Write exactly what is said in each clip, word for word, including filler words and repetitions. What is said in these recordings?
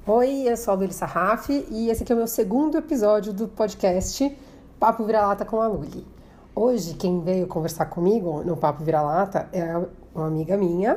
Oi, eu sou a Luli Sarraf e esse aqui é o meu segundo episódio do podcast Papo Vira-Lata com a Luli. Hoje, quem veio conversar comigo no Papo Vira-Lata é uma amiga minha,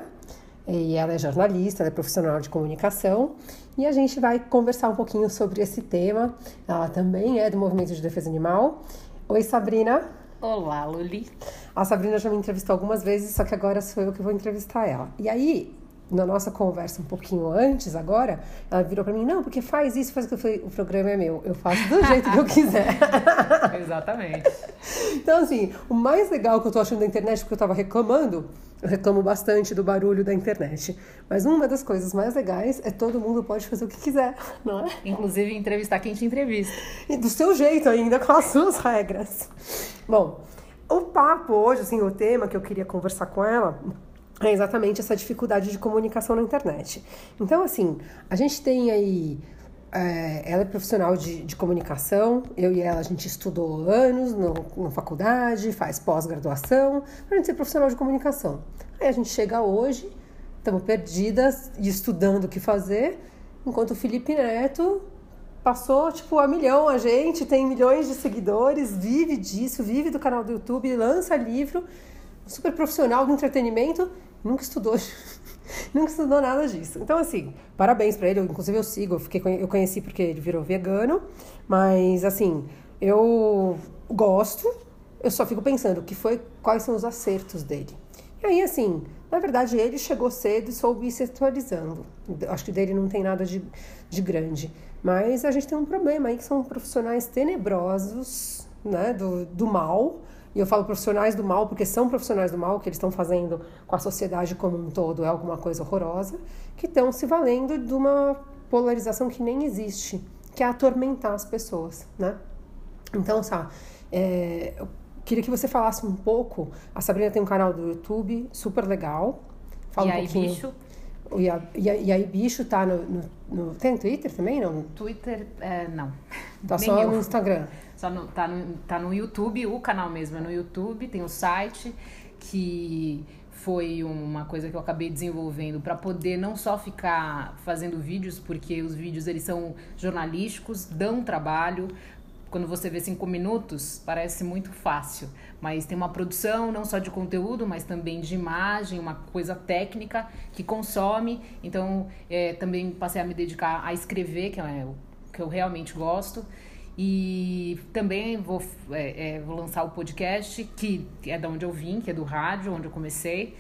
e ela é jornalista, ela é profissional de comunicação, e a gente vai conversar um pouquinho sobre esse tema. Ela também é do Movimento de Defesa Animal. Oi, Sabrina. Olá, Luli. A Sabrina já me entrevistou algumas vezes, só que agora sou eu que vou entrevistar ela. E aí, na nossa conversa um pouquinho antes, agora, ela virou pra mim, não, porque faz isso, faz aquilo. Eu falei, o programa é meu, eu faço do jeito que eu quiser. Exatamente. Então, assim, o mais legal que eu tô achando da internet, porque eu tava reclamando, eu reclamo bastante do barulho da internet, mas uma das coisas mais legais é todo mundo pode fazer o que quiser, não é? Inclusive entrevistar quem te entrevista. E do seu jeito ainda, com as suas regras. Bom, o papo hoje, assim, o tema que eu queria conversar com ela é exatamente essa dificuldade de comunicação na internet. Então, assim, a gente tem aí... É, ela é profissional de, de comunicação, eu e ela, a gente estudou anos no, na faculdade, faz pós-graduação, pra gente ser profissional de comunicação. Aí a gente chega hoje, estamos perdidas e estudando o que fazer, enquanto o Felipe Neto passou, tipo, a milhão, a gente tem milhões de seguidores, vive disso, vive do canal do YouTube, lança livro, super profissional do entretenimento, nunca estudou, nunca estudou nada disso. Então, assim, parabéns pra ele, eu, inclusive eu sigo, eu, fiquei, eu conheci porque ele virou vegano, mas, assim, eu gosto, eu só fico pensando que foi, quais são os acertos dele. E aí, assim, na verdade, ele chegou cedo e soube ir se atualizando. Acho que dele não tem nada de, de grande. Mas a gente tem um problema aí, que são profissionais tenebrosos, né, do, do mal. E eu falo profissionais do mal porque são profissionais do mal, que eles estão fazendo com a sociedade como um todo é alguma coisa horrorosa, que estão se valendo de uma polarização que nem existe, que é atormentar as pessoas, né? Então, sabe, é, eu queria que você falasse um pouco. A Sabrina tem um canal do YouTube super legal. Fala e um aí, pouquinho. bicho? E, a, e, a, e aí, bicho tá no, no, no... Tem Twitter também, não? Twitter, é, não. Tá Nem só eu. no Instagram. Só no, tá, no, tá no YouTube, o canal mesmo é no YouTube, tem o site, que foi uma coisa que eu acabei desenvolvendo para poder não só ficar fazendo vídeos, porque os vídeos eles são jornalísticos, dão trabalho. Quando você vê cinco minutos, parece muito fácil, mas tem uma produção não só de conteúdo, mas também de imagem, uma coisa técnica que consome. Então, é, também passei a me dedicar a escrever, que é o que eu realmente gosto. E também vou, é, é, vou lançar o podcast, que é de onde eu vim, que é do rádio, onde eu comecei.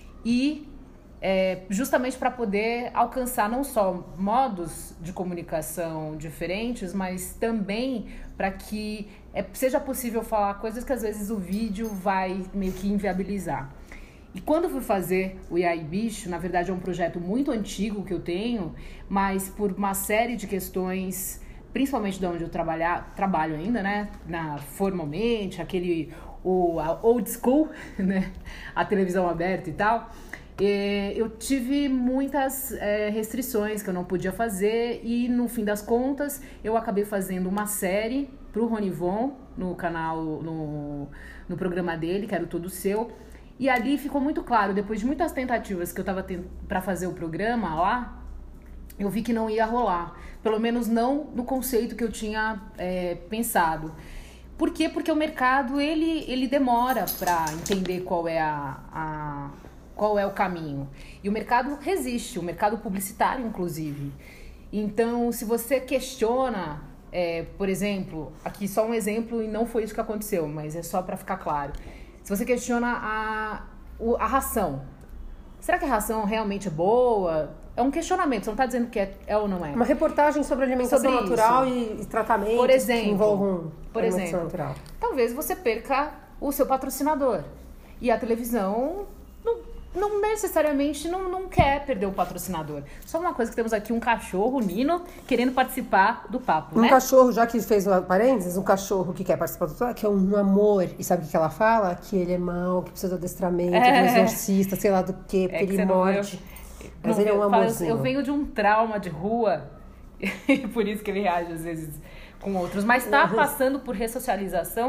E é, justamente para poder alcançar não só modos de comunicação diferentes, mas também para que é, seja possível falar coisas que às vezes o vídeo vai meio que inviabilizar. E quando eu fui fazer o E aí Bicho, na verdade é um projeto muito antigo que eu tenho, mas por uma série de questões, principalmente de onde eu trabalhar, trabalho ainda, né, na, formalmente, aquele, o, a old school, né, a televisão aberta e tal, e eu tive muitas é, restrições que eu não podia fazer e, no fim das contas, eu acabei fazendo uma série pro Ronivon, no canal, no, no programa dele, que era o Todo Seu, e ali ficou muito claro, depois de muitas tentativas que eu tava tendo para fazer o programa lá, eu vi que não ia rolar, pelo menos não no conceito que eu tinha é, pensado. Por quê? Porque o mercado, ele, ele demora para entender qual é, a, a, qual é o caminho. E o mercado resiste, o mercado publicitário, inclusive. Então, se você questiona, é, por exemplo, aqui só um exemplo, e não foi isso que aconteceu, mas é só para ficar claro. Se você questiona a, a ração, será que a ração realmente é boa? É um questionamento, você não está dizendo que é, é ou não é. Uma reportagem sobre alimentação sobre natural e, e tratamento por exemplo, que envolvam por alimentação exemplo, natural. Talvez você perca o seu patrocinador. E a televisão não, não necessariamente não, não quer perder o patrocinador. Só uma coisa que temos aqui, um cachorro, o Nino, querendo participar do papo, um né? Um cachorro, já que fez um parênteses, um cachorro que quer participar do papo, que é um amor. E sabe o que ela fala? Que ele é mau, que precisa de adestramento, é. de um exorcista, sei lá do quê, porque é que ele morde. Mas não, ele é um amorzinho. Eu venho de um trauma de rua, e por isso que ele reage às vezes com outros. Mas tá passando por ressocialização,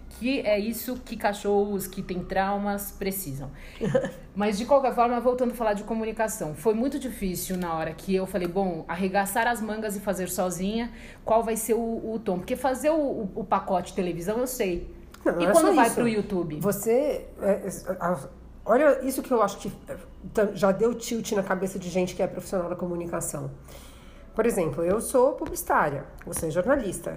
que é isso que cachorros que têm traumas precisam. Mas, de qualquer forma, voltando a falar de comunicação, foi muito difícil na hora que eu falei, bom, arregaçar as mangas e fazer sozinha, qual vai ser o, o tom? Porque fazer o, o, o pacote televisão, eu sei. Não, e não quando é vai isso. Pro YouTube? Você... É, a, olha, isso que eu acho que já deu tilt na cabeça de gente que é profissional da comunicação. Por exemplo, eu sou publicitária, você é jornalista.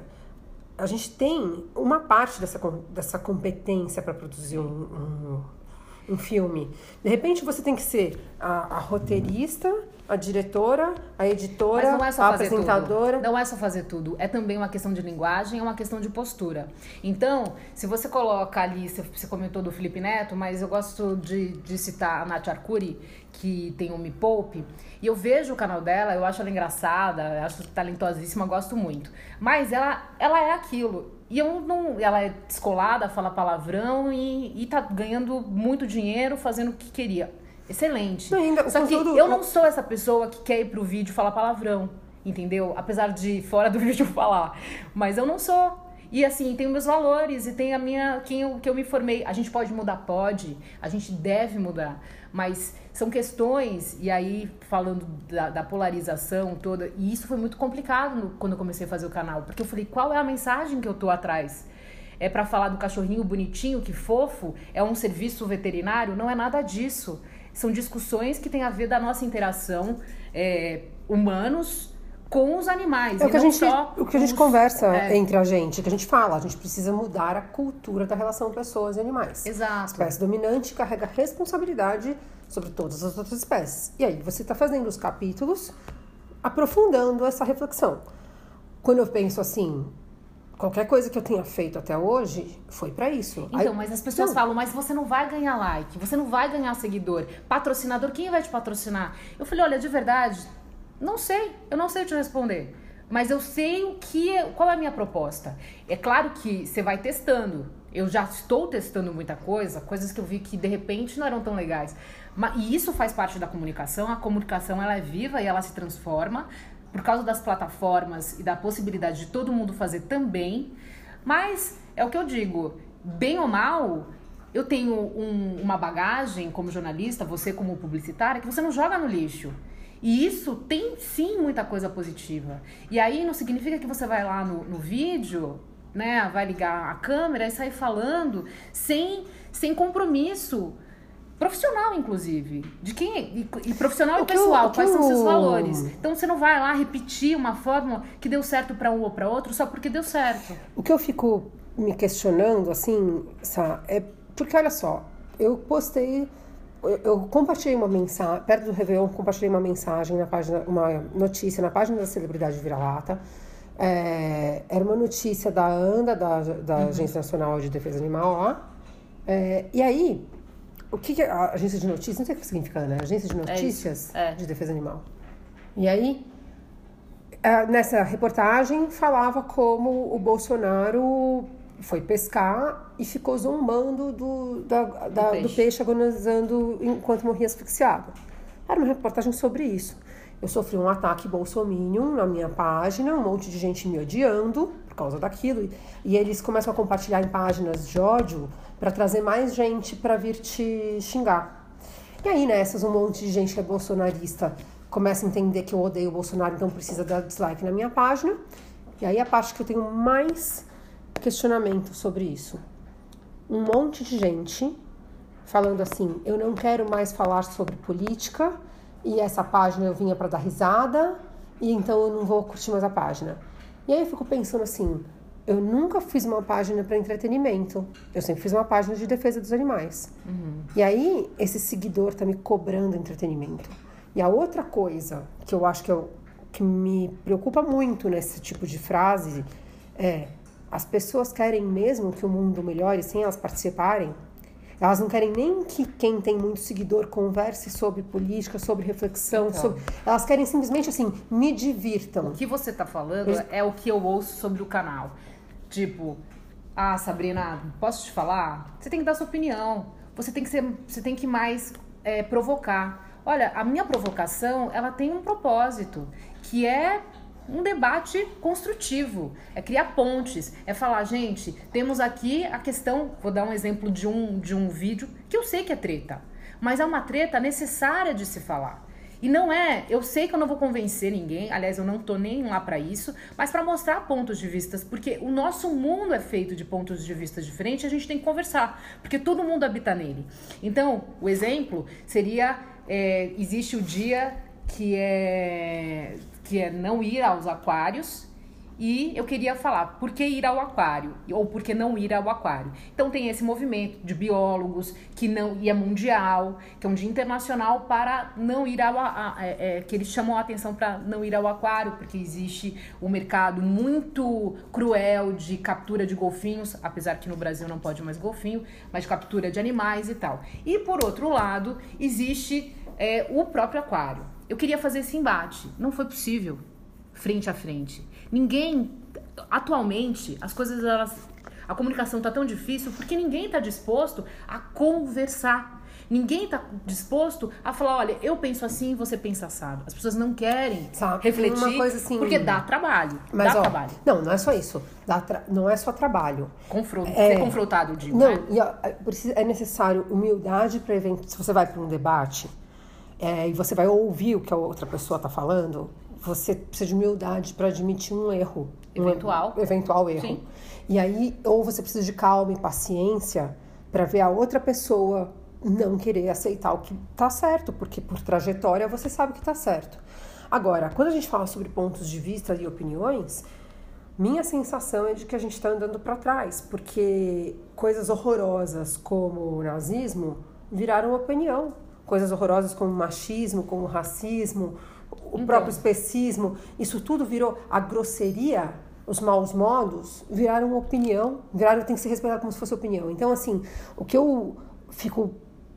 A gente tem uma parte dessa, dessa competência para produzir um, um, um filme. De repente, você tem que ser a, a roteirista, a diretora, a editora, Mas não é só a fazer apresentadora. Tudo. Não é só fazer tudo. É também uma questão de linguagem, é uma questão de postura. Então, se você coloca ali, você comentou do Felipe Neto, mas eu gosto de, de citar a Nath Arcuri, que tem o Me Poupe, e eu vejo o canal dela, eu acho ela engraçada, eu acho talentosíssima, gosto muito. Mas ela, ela é aquilo. E eu não, ela é descolada, fala palavrão e, e tá ganhando muito dinheiro fazendo o que queria. Excelente. Não, ainda, Só que conteúdo... eu não sou essa pessoa que quer ir pro vídeo falar palavrão, entendeu? Apesar de fora do vídeo falar. Mas eu não sou. E assim, tem meus valores e tem a minha, quem eu, que eu me formei. A gente pode mudar? Pode. A gente deve mudar. Mas são questões, e aí falando da, da polarização toda, e isso foi muito complicado no, quando eu comecei a fazer o canal. Porque eu falei, qual é a mensagem que eu tô atrás? É pra falar do cachorrinho bonitinho, que fofo? É um serviço veterinário? Não é nada disso. São discussões que têm a ver da nossa interação é, humanos com os animais. É o que, e a não gente, só o que a gente os, conversa é. entre a gente, que a gente fala, a gente precisa mudar a cultura da relação pessoas e animais. Exato. A espécie dominante carrega responsabilidade sobre todas as outras espécies. E aí você está fazendo os capítulos aprofundando essa reflexão. Quando eu penso assim, qualquer coisa que eu tenha feito até hoje foi pra isso. Então, aí, mas as pessoas não. falam, mas você não vai ganhar like, você não vai ganhar seguidor, patrocinador, quem vai te patrocinar? Eu falei, olha, de verdade, não sei, eu não sei te responder, mas eu sei o que, qual é a minha proposta. É claro que você vai testando, eu já estou testando muita coisa, coisas que eu vi que de repente não eram tão legais, mas, e isso faz parte da comunicação, a comunicação ela é viva e ela se transforma, por causa das plataformas e da possibilidade de todo mundo fazer também. Mas é o que eu digo, bem ou mal, eu tenho um, uma bagagem como jornalista, você como publicitária, que você não joga no lixo. E isso tem sim muita coisa positiva. E aí não significa que você vai lá no, no vídeo, né, vai ligar a câmera e sair falando sem, sem compromisso. Profissional, inclusive. De quem? E, e profissional e pessoal. Quais são os seus valores? Então, você não vai lá repetir uma fórmula que deu certo para um ou para outro só porque deu certo. O que eu fico me questionando, assim, Sá, é... Porque, olha só, eu postei... Eu, eu compartilhei uma mensagem... Perto do Réveillon, compartilhei uma mensagem na página... Uma notícia na página da Celebridade Vira-Lata. É, era uma notícia da ANDA, da, da uhum. Agência Nacional de Defesa Animal, lá. É, e aí... O que, que é a agência de notícias? Não sei o que significa, né? Agência de notícias é é. de defesa animal. E aí, nessa reportagem, falava como o Bolsonaro foi pescar e ficou zombando do, da, da, do, peixe. do peixe agonizando enquanto morria asfixiado. Era uma reportagem sobre isso. Eu sofri um ataque bolsominion na minha página, um monte de gente me odiando por causa daquilo. E eles começam a compartilhar em páginas de ódio para trazer mais gente para vir te xingar. E aí, nessas, um monte de gente que é bolsonarista começa a entender que eu odeio o Bolsonaro, então precisa dar dislike na minha página. E aí, a parte que eu tenho mais questionamento sobre isso. Um monte de gente falando assim, eu não quero mais falar sobre política, e essa página eu vinha para dar risada, e então eu não vou curtir mais a página. E aí eu fico pensando assim, eu nunca fiz uma página para entretenimento, eu sempre fiz uma página de defesa dos animais. Uhum. E aí esse seguidor tá me cobrando entretenimento. E a outra coisa que eu acho que, eu, que me preocupa muito nesse tipo de frase é, as pessoas querem mesmo que o mundo melhore sem elas participarem? Elas não querem nem que quem tem muito seguidor converse sobre política, sobre reflexão, então, sobre... Elas querem simplesmente assim, me divirtam. O que você tá falando eu... é o que eu ouço sobre o canal. Tipo, ah, Sabrina, posso te falar? Você tem que dar sua opinião. Você tem que ser, você tem que mais é, provocar. Olha, a minha provocação, ela tem um propósito, que é um debate construtivo, é criar pontes, é falar, gente, temos aqui a questão, vou dar um exemplo de um, de um vídeo que eu sei que é treta, mas é uma treta necessária de se falar. E não é, eu sei que eu não vou convencer ninguém, aliás, eu não tô nem lá pra isso, mas pra mostrar pontos de vista, porque o nosso mundo é feito de pontos de vista diferentes, a gente tem que conversar, porque todo mundo habita nele. Então, o exemplo seria, é, existe o dia que é, que é não ir aos aquários, e eu queria falar por que ir ao aquário ou por que não ir ao aquário. Então tem esse movimento de biólogos que não e é mundial, que é um dia internacional para não ir ao a, a, é, que eles chamam a atenção para não ir ao aquário, porque existe um mercado muito cruel de captura de golfinhos, apesar que no Brasil não pode mais golfinho, mas de captura de animais e tal. E por outro lado existe é, o próprio aquário. Eu queria fazer esse embate, não foi possível frente a frente. Ninguém, atualmente, as coisas, elas, a comunicação tá tão difícil porque ninguém tá disposto a conversar. Ninguém tá disposto a falar, olha, eu penso assim, você pensa assado. As pessoas não querem Sabe, refletir uma coisa assim, porque dá trabalho. Mas, dá ó, trabalho. Não, não é só isso. Dá tra... Não é só trabalho. Confronto, é... Ser confrontado, eu digo, Não, né? e, ó, é necessário humildade para evento. Se você vai para um debate é, e você vai ouvir o que a outra pessoa tá falando, você precisa de humildade para admitir um erro. Eventual. Um eventual erro. Sim. E aí, ou você precisa de calma e paciência para ver a outra pessoa não querer aceitar o que tá certo, porque por trajetória você sabe que tá certo. Agora, quando a gente fala sobre pontos de vista e opiniões, minha sensação é de que a gente está andando para trás, porque coisas horrorosas como o nazismo viraram opinião. Coisas horrorosas como o machismo, como o racismo, o então. próprio especismo, isso tudo virou a grosseria, os maus modos, viraram opinião, viraram, tem que ser respeitado como se fosse opinião. Então, assim, o que eu fico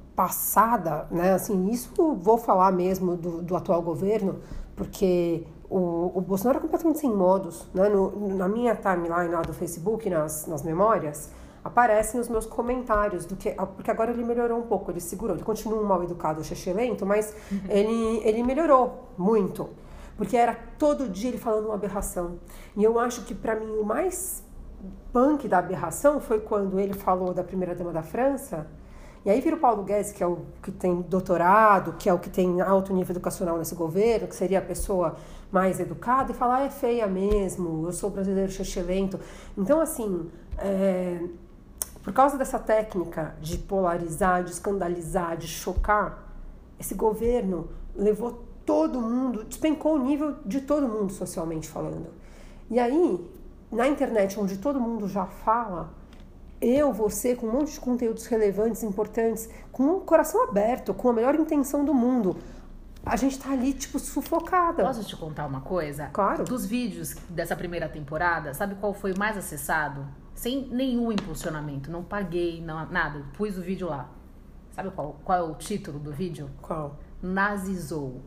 passada, né, assim, isso vou falar mesmo do, do atual governo, porque o, o Bolsonaro é completamente sem modos, né, no, na minha timeline lá do Facebook, nas, nas memórias, aparecem os meus comentários, do que, porque agora ele melhorou um pouco, ele segurou, ele continua um mal educado, lento, mas uhum. ele, ele melhorou muito, porque era todo dia ele falando uma aberração. E eu acho que para mim o mais punk da aberração foi quando ele falou da primeira-dama da França, e aí vira o Paulo Guedes, que é o que tem doutorado, que é o que tem alto nível educacional nesse governo, que seria a pessoa mais educada, e fala, ah, é feia mesmo, eu sou brasileiro lento. Então, assim, é... por causa dessa técnica de polarizar, de escandalizar, de chocar, esse governo levou todo mundo, despencou o nível de todo mundo socialmente falando. E aí, na internet, onde todo mundo já fala, eu, você, com um monte de conteúdos relevantes, importantes, com o coração aberto, com a melhor intenção do mundo, a gente tá ali, tipo, sufocada. Posso te contar uma coisa? Claro. Dos vídeos dessa primeira temporada, sabe qual foi o mais acessado? Sem nenhum impulsionamento, não paguei, não, nada, pus o vídeo lá. Sabe qual, qual é o título do vídeo? Qual? Nazizou.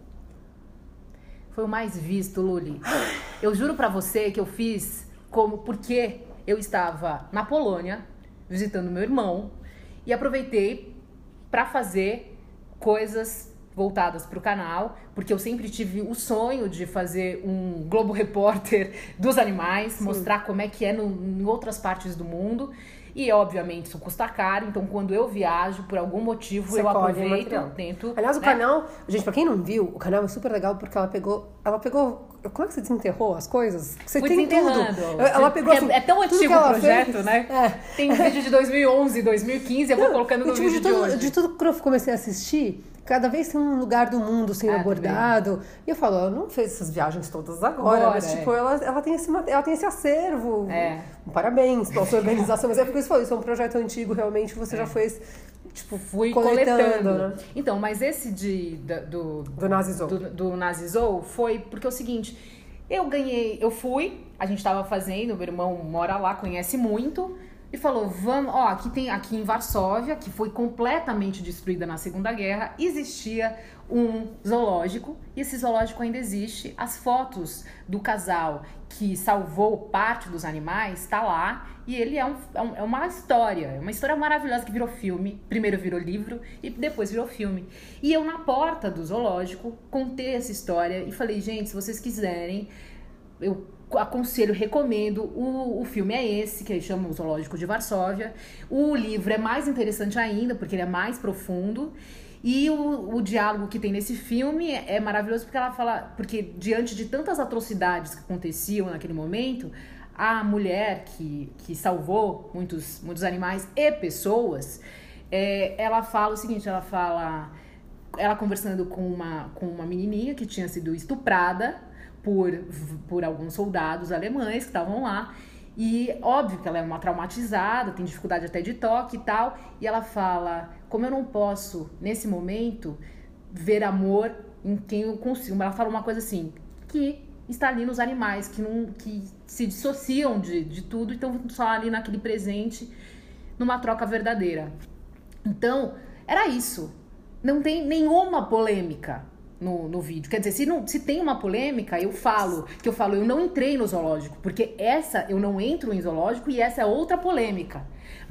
Foi o mais visto, Luli. Eu juro pra você que eu fiz como, porque eu estava na Polônia, visitando meu irmão, e aproveitei pra fazer coisas voltadas pro canal, porque eu sempre tive o sonho de fazer um Globo Repórter dos animais, Sim. mostrar como é que é no, em outras partes do mundo. E, obviamente, isso custa caro, então quando eu viajo, por algum motivo, Você eu aproveito, eu tento... Aliás, o né? canal, gente, pra quem não viu, o canal é super legal porque ela pegou, ela pegou, como é que você desenterrou as coisas? Você Fui tem tudo. Ela pegou assim, é, é tão antigo o projeto, fez, né? É. Tem vídeo de dois mil e onze, dois mil e quinze, eu vou colocando no tipo, vídeo de, tudo, de hoje. de tudo que eu comecei a assistir, cada vez tem um lugar do mundo sendo ah, abordado. Também. E eu falo, ela não fez essas viagens todas agora, agora mas tipo, é. ela, ela, tem esse, ela tem esse acervo. É. Parabéns pela sua organização. Mas é porque você falou, isso é um projeto antigo, realmente, você é. já fez, tipo, fui coletando. coletando. Né? Então, mas esse de, do, do Nazizou. Do, do Nazizou foi porque é o seguinte, eu ganhei, eu fui, a gente tava fazendo, meu irmão mora lá, conhece muito, e falou, vamos, ó, aqui tem, aqui em Varsóvia, que foi completamente destruída na Segunda Guerra, existia um zoológico, e esse zoológico ainda existe. As fotos do casal que salvou parte dos animais tá lá, e ele é, um, é uma história, é uma história maravilhosa que virou filme, primeiro virou livro e depois virou filme. E eu na porta do zoológico contei essa história e falei, gente, se vocês quiserem, eu aconselho, recomendo, o, o filme é esse, que chama O Zoológico de Varsóvia. O livro é mais interessante ainda, porque ele é mais profundo. E o, o diálogo que tem nesse filme é, é maravilhoso, porque ela fala... Porque diante de tantas atrocidades que aconteciam naquele momento, a mulher que, que salvou muitos, muitos animais e pessoas, é, ela fala o seguinte, ela fala... Ela conversando com uma, com uma menininha que tinha sido estuprada por, por alguns soldados alemães que estavam lá. E óbvio que ela é uma traumatizada, tem dificuldade até de toque e tal. E ela fala, como eu não posso, nesse momento, ver amor em quem eu consigo. Ela fala uma coisa assim, que está ali nos animais, que, não, que se dissociam de, de tudo e estão só ali naquele presente, numa troca verdadeira. Então, era isso. Não tem nenhuma polêmica no, no vídeo. Quer dizer, se, não, se tem uma polêmica, eu falo, que eu falo, eu não entrei no zoológico, porque essa, eu não entro em zoológico e essa é outra polêmica.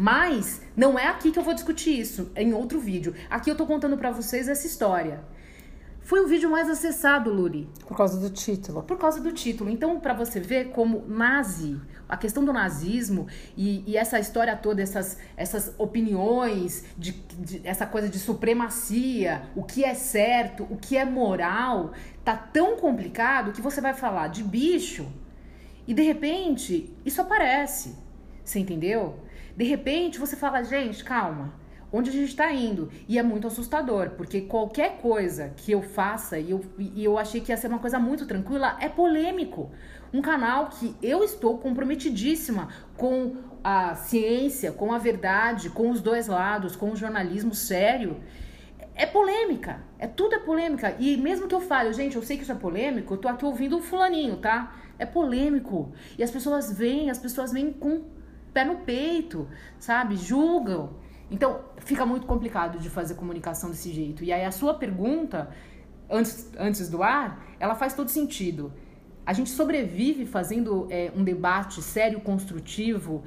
Mas não é aqui que eu vou discutir isso, é em outro vídeo. Aqui eu tô contando pra vocês essa história. Foi o vídeo mais acessado, Luri. Por causa do título. Por causa do título. Então, pra você ver como nazi, a questão do nazismo e, e essa história toda, essas, essas opiniões, de, de, essa coisa de supremacia, o que é certo, o que é moral, tá tão complicado que você vai falar de bicho e, de repente, isso aparece. Você entendeu? De repente, você fala, gente, calma. Onde a gente tá indo. E é muito assustador, porque qualquer coisa que eu faça, e eu, e eu achei que ia ser uma coisa muito tranquila, é polêmico. Um canal que eu estou comprometidíssima com a ciência, com a verdade, com os dois lados, com o jornalismo sério. É polêmica. É tudo é polêmica. E mesmo que eu fale, gente, eu sei que isso é polêmico, eu tô aqui ouvindo o fulaninho, tá? É polêmico. E as pessoas vêm, as pessoas vêm com o pé no peito, sabe? Julgam. Então, fica muito complicado de fazer comunicação desse jeito. E aí, a sua pergunta, antes, antes do ar, ela faz todo sentido. A gente sobrevive fazendo é, um debate sério, construtivo,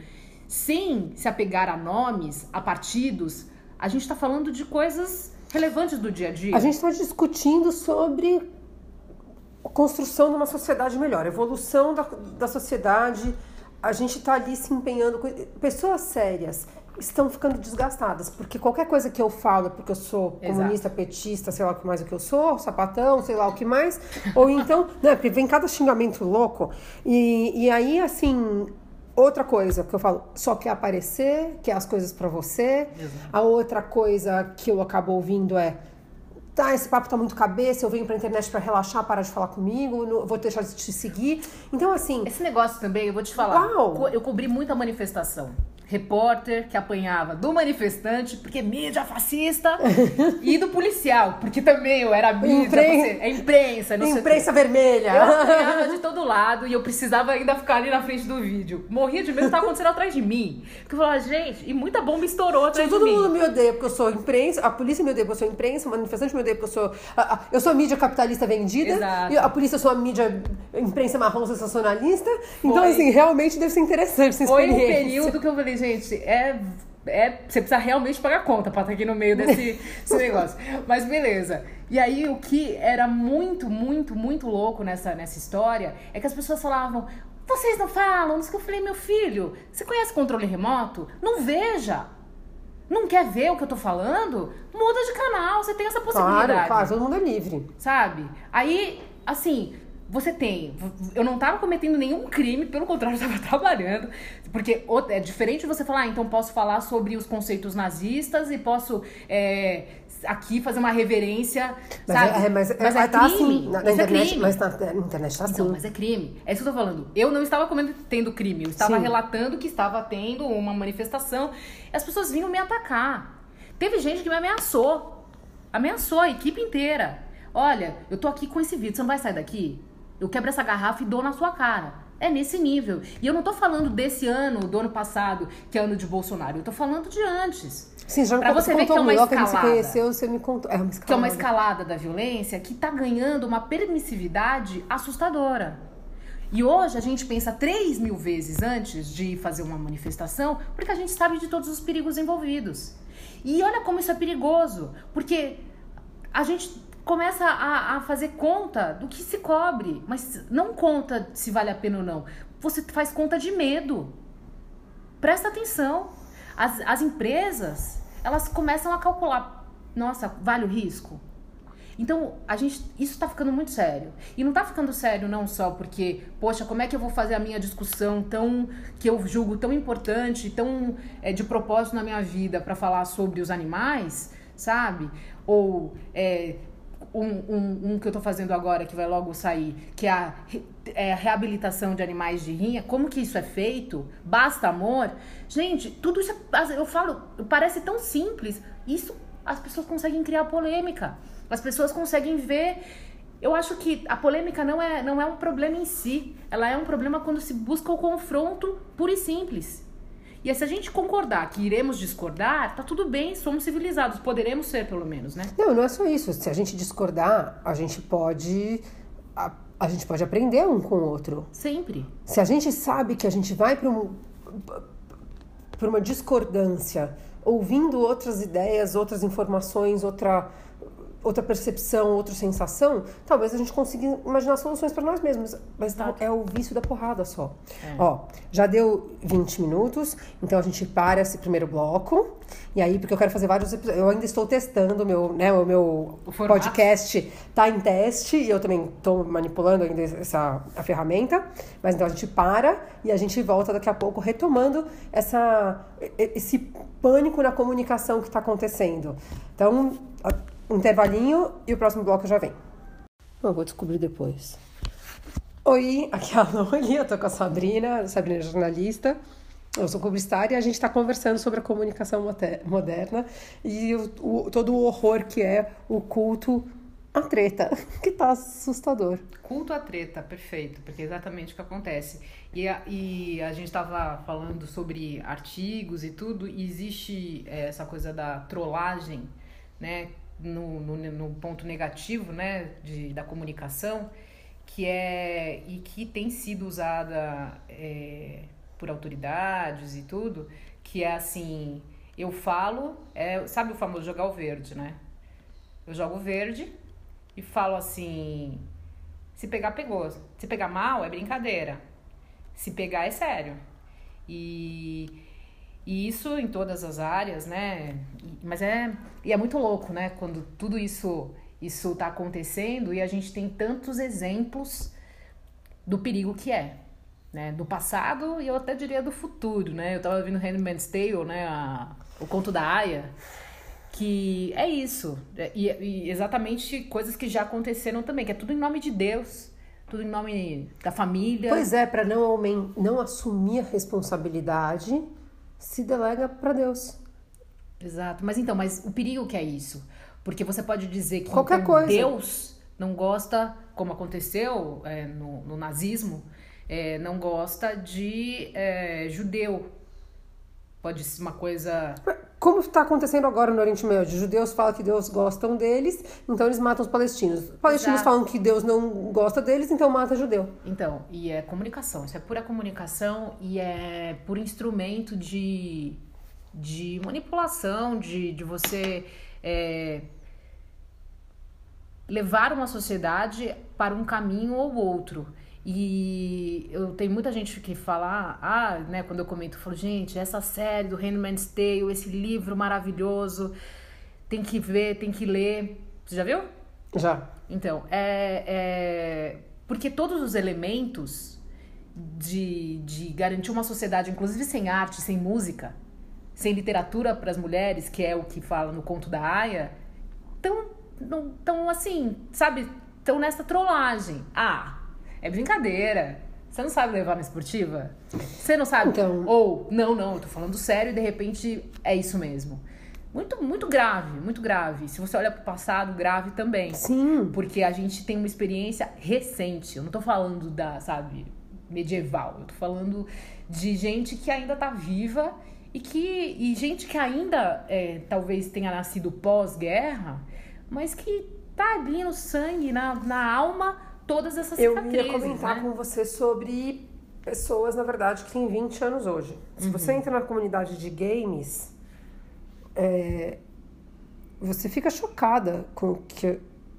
sem se apegar a nomes, a partidos. A gente está falando de coisas relevantes do dia a dia. A gente está discutindo sobre a construção de uma sociedade melhor, evolução da, da sociedade. A gente está ali se empenhando. Pessoas sérias estão ficando desgastadas, porque qualquer coisa que eu falo, porque eu sou comunista, Exato. petista, sei lá o que mais o que eu sou, sapatão, sei lá o que mais, ou então, né, porque vem cada xingamento louco, e, e aí, assim, outra coisa que eu falo, só quer aparecer, quer as coisas pra você, Exato. A outra coisa que eu acabo ouvindo é, tá, esse papo tá muito cabeça, eu venho pra internet pra relaxar, parar de falar comigo, não, vou deixar de te seguir, então, assim... Esse negócio também, eu vou te falar, uau. Eu cobri muita manifestação. Repórter que apanhava do manifestante, porque mídia fascista, e do policial, porque também eu era mídia, Impren... você, é imprensa, não imprensa vermelha. Eu apanhava de todo lado e eu precisava ainda ficar ali na frente do vídeo. Morria de medo, estava acontecendo atrás de mim. Porque eu falava, gente, e muita bomba estourou atrás Todo de mim. Todo mundo me odeia porque eu sou imprensa, a polícia me odeia porque eu sou imprensa, o manifestante me odeia porque eu sou... A, a, eu sou a mídia capitalista vendida, Exato. E a polícia eu sou a mídia imprensa marrom sensacionalista. Foi. Então, assim, realmente deve ser interessante essa experiência. Foi um período que eu falei, gente, é, é, você precisa realmente pagar conta pra estar aqui no meio desse, desse negócio. Mas beleza. E aí o que era muito, muito, muito louco nessa, nessa história é que as pessoas falavam, vocês não falam? Isso que eu falei, meu filho, você conhece controle remoto? Não veja. Não quer ver o que eu tô falando? Muda de canal, você tem essa possibilidade. Claro, claro, todo mundo é livre. Sabe? Aí, assim... Você tem... Eu não tava cometendo nenhum crime, pelo contrário, eu tava trabalhando. Porque é diferente de você falar, ah, então posso falar sobre os conceitos nazistas e posso é, aqui fazer uma reverência, mas sabe? É, mas, mas é, é tá crime. Assim, na, na mas internet, é crime. Mas na, na internet tá assim. Então, mas é crime. É isso que eu tô falando. Eu não estava cometendo crime. Eu estava Sim. relatando que estava tendo uma manifestação. E as pessoas vinham me atacar. Teve gente que me ameaçou. Ameaçou a equipe inteira. Olha, eu tô aqui com esse vídeo, você não vai sair daqui? Eu quebro essa garrafa e dou na sua cara. É nesse nível. E eu não tô falando desse ano, do ano passado, que é ano de Bolsonaro. Eu tô falando de antes. Sim, já me pra você ver que é uma escalada. Que a gente se conheceu, você me contou. É uma escalada. Que é uma escalada da violência que tá ganhando uma permissividade assustadora. E hoje a gente pensa três mil vezes antes de fazer uma manifestação, porque a gente sabe de todos os perigos envolvidos. E olha como isso é perigoso. Porque a gente... começa a, a fazer conta do que se cobre, mas não conta se vale a pena ou não. Você faz conta de medo. Presta atenção. As, as empresas, elas começam a calcular, nossa, vale o risco? Então, a gente, isso tá ficando muito sério. E não tá ficando sério não só porque, poxa, como é que eu vou fazer a minha discussão tão, que eu julgo tão importante, tão é, de propósito na minha vida para falar sobre os animais, sabe? Ou é, um, um, um que eu tô fazendo agora, que vai logo sair, que é a, é a reabilitação de animais de rinha. Como que isso é feito? Basta amor? Gente, tudo isso, é, eu falo, parece tão simples. Isso, as pessoas conseguem criar polêmica. As pessoas conseguem ver. Eu acho que a polêmica não é, não é um problema em si. Ela é um problema quando se busca o confronto puro e simples. E se a gente concordar que iremos discordar, tá tudo bem, somos civilizados. Poderemos ser, pelo menos, né? Não, não é só isso. Se a gente discordar, a gente pode... A, a gente pode aprender um com o outro. Sempre. Se a gente sabe que a gente vai para um, para uma discordância, ouvindo outras ideias, outras informações, outra... outra percepção, outra sensação, talvez a gente consiga imaginar soluções para nós mesmos. Mas tá, é o vício da porrada só. É. Ó, já deu vinte minutos, então a gente para esse primeiro bloco. E aí, porque eu quero fazer vários episódios. Eu ainda estou testando o meu, né, o meu o podcast tá em teste. E eu também estou manipulando ainda essa a ferramenta. Mas então a gente para e a gente volta daqui a pouco retomando essa, esse pânico na comunicação que está acontecendo. Então... Um intervalinho e o próximo bloco já vem. Eu vou descobrir depois. Oi, aqui é a Loli, eu tô com a Sabrina, a Sabrina é jornalista, eu sou publicitária e a gente tá conversando sobre a comunicação moderna e o, o, todo o horror que é o culto à treta, que tá assustador. Culto à treta, perfeito, porque é exatamente o que acontece. E a, e a gente tava falando sobre artigos e tudo, e existe é, essa coisa da trollagem, né? No, no, no ponto negativo, né, de, da comunicação, que é e que tem sido usada é, por autoridades e tudo, que é assim, eu falo, é, sabe o famoso jogar o verde, né? Eu jogo verde e falo assim, se pegar, pegou. Se pegar mal, é brincadeira. Se pegar, é sério. E... E isso em todas as áreas, né? Mas é... E é muito louco, né? Quando tudo isso isso tá acontecendo e a gente tem tantos exemplos do perigo que é, né? Do passado e eu até diria do futuro, né? Eu tava vendo Handmaid's Tale, né? A, o conto da Aya, que é isso. E, e exatamente coisas que já aconteceram também, que é tudo em nome de Deus, tudo em nome da família. Pois é, para não, não assumir a responsabilidade... se delega para Deus. Exato. Mas então, mas o perigo que é isso? Porque você pode dizer que qualquer então, coisa. Deus não gosta, como aconteceu é, no, no nazismo, é, não gosta de é, judeu. Pode ser uma coisa... Como está acontecendo agora no Oriente Médio? Os judeus falam que Deus gostam deles, então eles matam os palestinos. Os palestinos Exato. Falam que Deus não gosta deles, então mata judeu. Então, e é comunicação. Isso é pura comunicação e é por instrumento de, de manipulação, de, de você é, levar uma sociedade para um caminho ou outro. E eu tenho muita gente que fala, ah, né, quando eu comento, eu falo, gente, essa série do Handmaid's Tale, esse livro maravilhoso, tem que ver, tem que ler. Você já viu? Já. Então, é, é porque todos os elementos de, de garantir uma sociedade, inclusive sem arte, sem música, sem literatura para as mulheres, que é o que fala no conto da Aya, tão, tão assim, sabe, tão nessa trollagem. Ah, é brincadeira. Você não sabe levar na esportiva? Você não sabe? Então... Ou, não, não, eu tô falando sério e de repente é isso mesmo. Muito, muito grave, muito grave. Se você olha pro passado, grave também. Sim. Porque a gente tem uma experiência recente. Eu não tô falando da, sabe, medieval. Eu tô falando de gente que ainda tá viva e que e gente que ainda é, talvez tenha nascido pós-guerra, mas que tá ali no sangue, na, na alma, todas essas cicatrizes. Eu ia comentar, né, com você sobre pessoas, na verdade, que têm vinte anos hoje. Se uhum. você entra na comunidade de games, é, você fica chocada com o que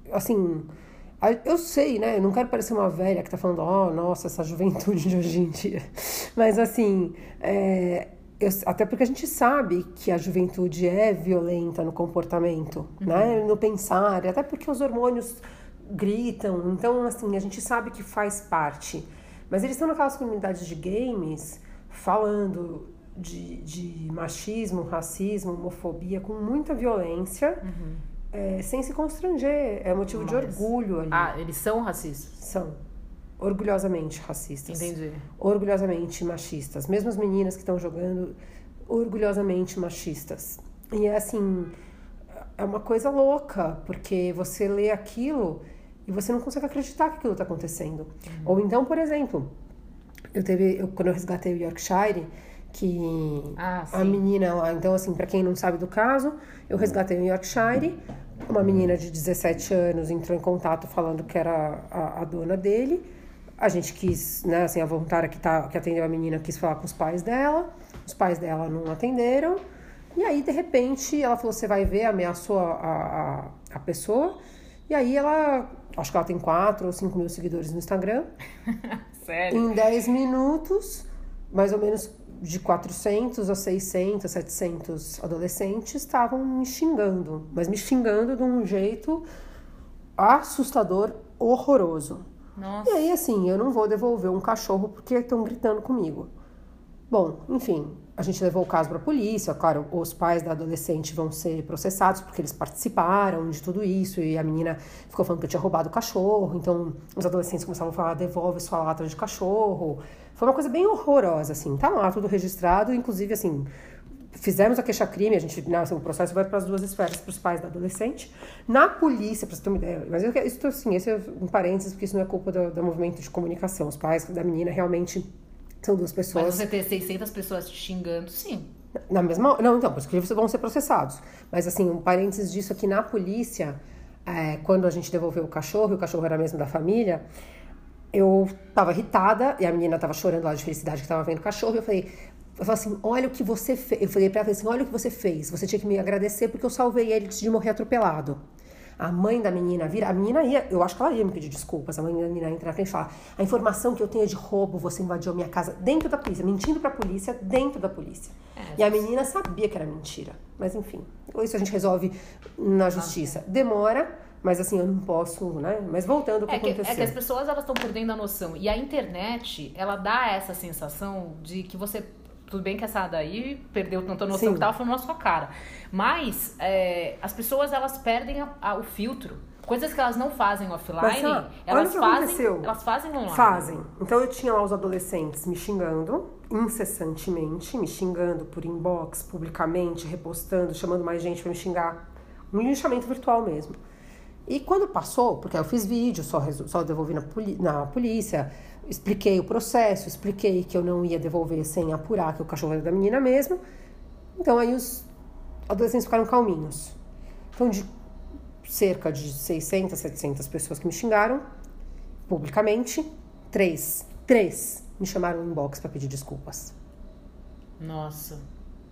assim, eu sei, né? Eu não quero parecer uma velha que tá falando, ó, oh, nossa, essa juventude de hoje em dia. Mas, assim, é, eu, até porque a gente sabe que a juventude é violenta no comportamento, uhum. né? No pensar, até porque os hormônios gritam. Então, assim, a gente sabe que faz parte. Mas eles estão naquelas comunidades de games falando de, de machismo, racismo, homofobia, com muita violência. Uhum. É, sem se constranger, é motivo Mas... de orgulho ali. Ah, eles são racistas? São. Orgulhosamente racistas. Entendi. Orgulhosamente machistas. Mesmo as meninas que estão jogando, orgulhosamente machistas. E é assim, é uma coisa louca, porque você lê aquilo e você não consegue acreditar que aquilo está acontecendo. Uhum. Ou então, por exemplo, eu teve, eu, quando eu resgatei o Yorkshire, que ah, a menina lá, então assim, para quem não sabe do caso, eu resgatei o Yorkshire, uma menina de dezessete anos entrou em contato falando que era a, a dona dele, a gente quis, né, assim, a voluntária que, tá, que atendeu a menina quis falar com os pais dela, os pais dela não atenderam, e aí de repente ela falou, você vai ver, ameaçou a, a, a pessoa, e aí ela, acho que ela tem quatro ou cinco mil seguidores no Instagram. Sério? Em dez minutos, mais ou menos de quatrocentos a seiscentos, setecentos adolescentes estavam me xingando, mas me xingando de um jeito assustador, horroroso. Nossa. E aí, assim, eu não vou devolver um cachorro porque estão gritando comigo. Bom, enfim, a gente levou o caso para a polícia, claro, os pais da adolescente vão ser processados porque eles participaram de tudo isso e a menina ficou falando que eu tinha roubado o cachorro, então os adolescentes começaram a falar, devolve sua lata de cachorro. Foi uma coisa bem horrorosa, assim, tá lá tudo registrado, inclusive, assim, fizemos a queixa-crime, a gente, né, assim, o processo vai para as duas esferas, para os pais da adolescente, na polícia, para você ter uma ideia, mas eu, isso, assim, esse é um parênteses, porque isso não é culpa do, do movimento de comunicação, os pais da menina realmente são duas pessoas... Mas você ter seiscentas pessoas te xingando, sim. Na mesma... Não, então, por isso que eles vão ser processados. Mas, assim, um parênteses disso aqui na polícia, é, quando a gente devolveu o cachorro, e o cachorro era mesmo da família, eu tava irritada, e a menina tava chorando lá de felicidade que tava vendo o cachorro, e eu falei... Eu falei assim, olha o que você fez. Eu falei pra ela assim, olha o que você fez. Você tinha que me agradecer porque eu salvei ele antes de morrer atropelado. A mãe da menina vira, a menina ia, eu acho que ela ia me pedir desculpas, a mãe da menina entra na frente e fala, a informação que eu tenho é de roubo, você invadiu a minha casa dentro da polícia, mentindo pra polícia, dentro da polícia. É, e a menina sabia que era mentira, mas enfim, isso a gente resolve na justiça. Demora, mas assim, eu não posso, né, mas voltando ao que é que, aconteceu. É que as pessoas, elas estão perdendo a noção, e a internet, ela dá essa sensação de que você... Tudo bem que essa daí perdeu tanta noção Sim. que tava falando na sua cara. Mas é, as pessoas, elas perdem a, a, o filtro. Coisas que elas não fazem offline, Mas, ah, elas, fazem, elas fazem online. Fazem. Então eu tinha lá os adolescentes me xingando incessantemente, me xingando por inbox, publicamente, repostando, chamando mais gente pra me xingar. Um linchamento virtual mesmo. E quando passou, porque eu fiz vídeo, só, só devolvi na, poli, na polícia, expliquei o processo, expliquei que eu não ia devolver sem apurar que o cachorro era da menina mesmo. Então aí os adolescentes ficaram calminhos. Então de cerca de seiscentas, setecentas pessoas que me xingaram publicamente, três, três me chamaram no inbox para pedir desculpas. Nossa.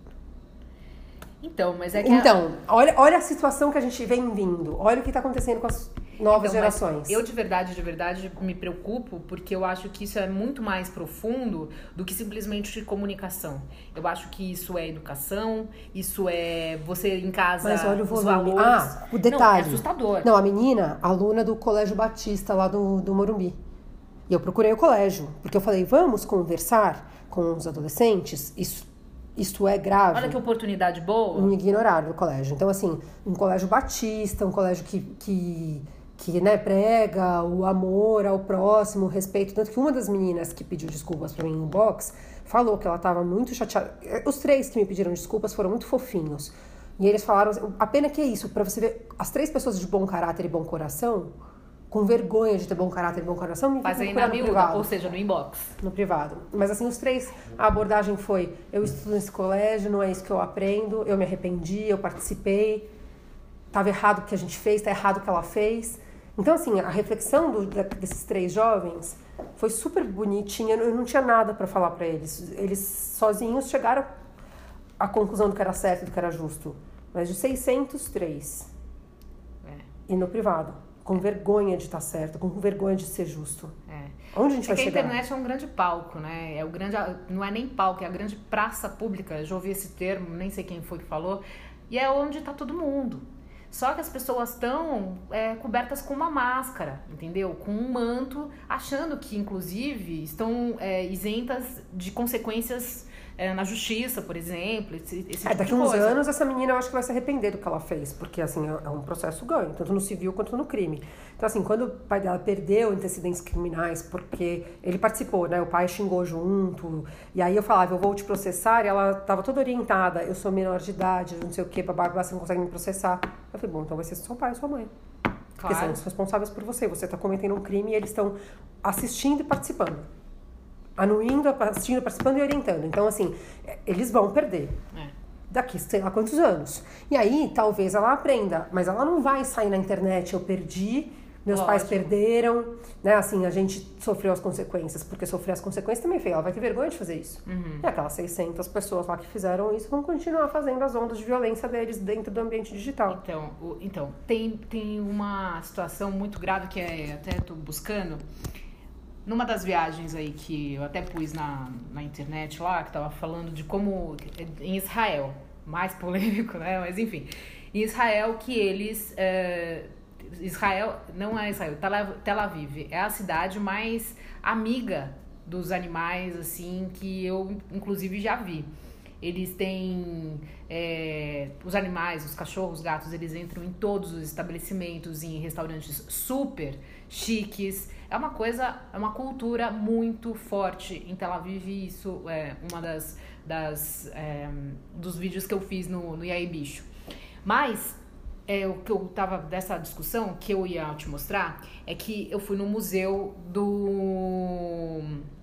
Então, mas é que... Então, a... olha, olha a situação que a gente vem vindo. Olha o que está acontecendo com as novas então, gerações. Eu, de verdade, de verdade, me preocupo porque eu acho que isso é muito mais profundo do que simplesmente de comunicação. Eu acho que isso é educação, isso é você em casa... Mas olha o volume. Valores. Ah, o detalhe. Não, é assustador. Não, a menina, aluna do Colégio Batista lá do, do Morumbi. E eu procurei o colégio, porque eu falei, vamos conversar com os adolescentes? Isso Isso é grave. Olha que oportunidade boa. Me ignoraram do colégio. Então, assim, um colégio batista, um colégio que, que, que né, prega o amor ao próximo, o respeito. Tanto que uma das meninas que pediu desculpas pra mim no box falou que ela tava muito chateada. Os três que me pediram desculpas foram muito fofinhos. E eles falaram, a pena que é isso, pra você ver, as três pessoas de bom caráter e bom coração... com vergonha de ter bom caráter e bom coração, me Mas aí na miúda, ou seja, no inbox. No privado. Mas assim, os três, a abordagem foi, eu estudo nesse colégio, não é isso que eu aprendo, eu me arrependi, eu participei, estava errado o que a gente fez, está errado o que ela fez. Então, assim, a reflexão do, desses três jovens foi super bonitinha, eu não tinha nada para falar para eles. Eles sozinhos chegaram à conclusão do que era certo e do que era justo. Mas de seiscentos, três. É. E no privado. com vergonha de estar certo, com vergonha de ser justo. É. Onde a gente é vai que chegar? A internet é um grande palco, né? É o grande, não é nem palco, é a grande praça pública. Eu já ouvi esse termo, nem sei quem foi que falou. E é onde está todo mundo. Só que as pessoas estão é, cobertas com uma máscara, entendeu? Com um manto, achando que, inclusive, estão é, isentas de consequências é, na justiça, por exemplo, esse, esse É, tipo daqui de uns coisa. anos essa menina eu acho que vai se arrepender do que ela fez, porque assim, é um processo ganho, tanto no civil quanto no crime. Então assim, quando o pai dela perdeu antecedentes criminais, porque ele participou, né, o pai xingou junto, e aí eu falava, eu vou te processar, e ela tava toda orientada, eu sou menor de idade, não sei o que, babá, você não consegue me processar. Eu falei, bom, então vai ser seu pai e sua mãe. Porque Claro. são os responsáveis por você, você tá cometendo um crime e eles estão assistindo e participando. Anuindo, assistindo, participando e orientando. Então, assim, eles vão perder. É. Daqui, sei lá quantos anos. E aí, talvez ela aprenda. Mas ela não vai sair na internet, eu perdi, meus Lógico. pais perderam, né? Assim, a gente sofreu as consequências. Porque sofrer as consequências também é feio. Ela vai ter vergonha de fazer isso. Uhum. E aquelas seiscentas pessoas lá que fizeram isso vão continuar fazendo as ondas de violência deles dentro do ambiente digital. Então, o, então tem, tem uma situação muito grave que é, até tô buscando. Numa das viagens aí que eu até pus na, na internet lá, que tava falando de como, em Israel, mais polêmico, né? Mas enfim, em Israel que eles... É, Israel, não é Israel, Tel Aviv, é a cidade mais amiga dos animais, assim, que eu inclusive já vi. Eles têm... É, os animais, os cachorros, os gatos, eles entram em todos os estabelecimentos, em restaurantes super chiques. É uma coisa, é uma cultura muito forte em Tel Aviv. Isso é uma das, das é, dos vídeos que eu fiz no, no E aí Bicho. Mas é, o que eu tava dessa discussão que eu ia te mostrar é que eu fui no museu do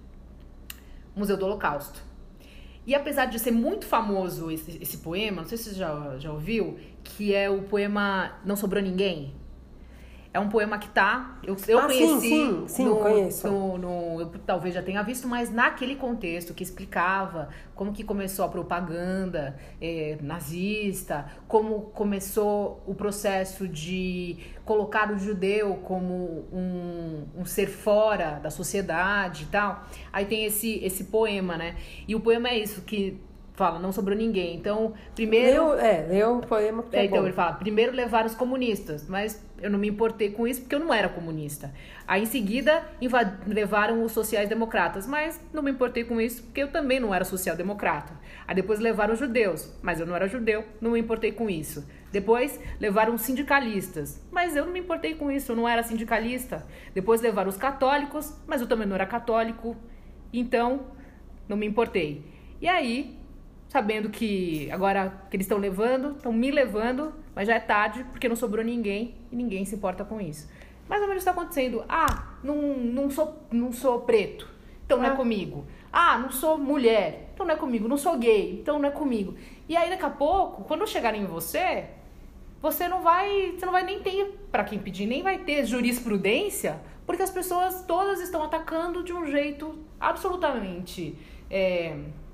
Museu do Holocausto. E apesar de ser muito famoso esse, esse poema, não sei se você já, já ouviu, que é o poema Não Sobrou Ninguém. É um poema que tá... Eu, eu ah, conheci... Sim, sim, sim, no, conheço. No, no, eu talvez já tenha visto, mas naquele contexto que explicava como que começou a propaganda eh, nazista, como começou o processo de colocar o judeu como um, um ser fora da sociedade e tal. Aí tem esse, esse poema, né? E o poema é isso, que... fala, não sobrou ninguém. Então, primeiro... Leu, é, leu o poema que é, é Então, bom. ele fala, primeiro levaram os comunistas, mas eu não me importei com isso porque eu não era comunista. Aí, em seguida, invad... levaram os sociais-democratas, mas não me importei com isso porque eu também não era social-democrata. Aí, depois levaram os judeus, mas eu não era judeu, não me importei com isso. Depois, levaram os sindicalistas, mas eu não me importei com isso, eu não era sindicalista. Depois, levaram os católicos, mas eu também não era católico, então, não me importei. E aí... sabendo que agora que eles estão levando, estão me levando, mas já é tarde, porque não sobrou ninguém e ninguém se importa com isso. Mais ou menos está acontecendo. Ah, não, não, sou, não sou preto, então não é comigo. Ah, não sou mulher, então não é comigo. Não sou gay, então não é comigo. E aí, daqui a pouco, quando chegarem em você, você não vai, você não vai nem ter para quem pedir, nem vai ter jurisprudência, porque as pessoas todas estão atacando de um jeito absolutamente... É,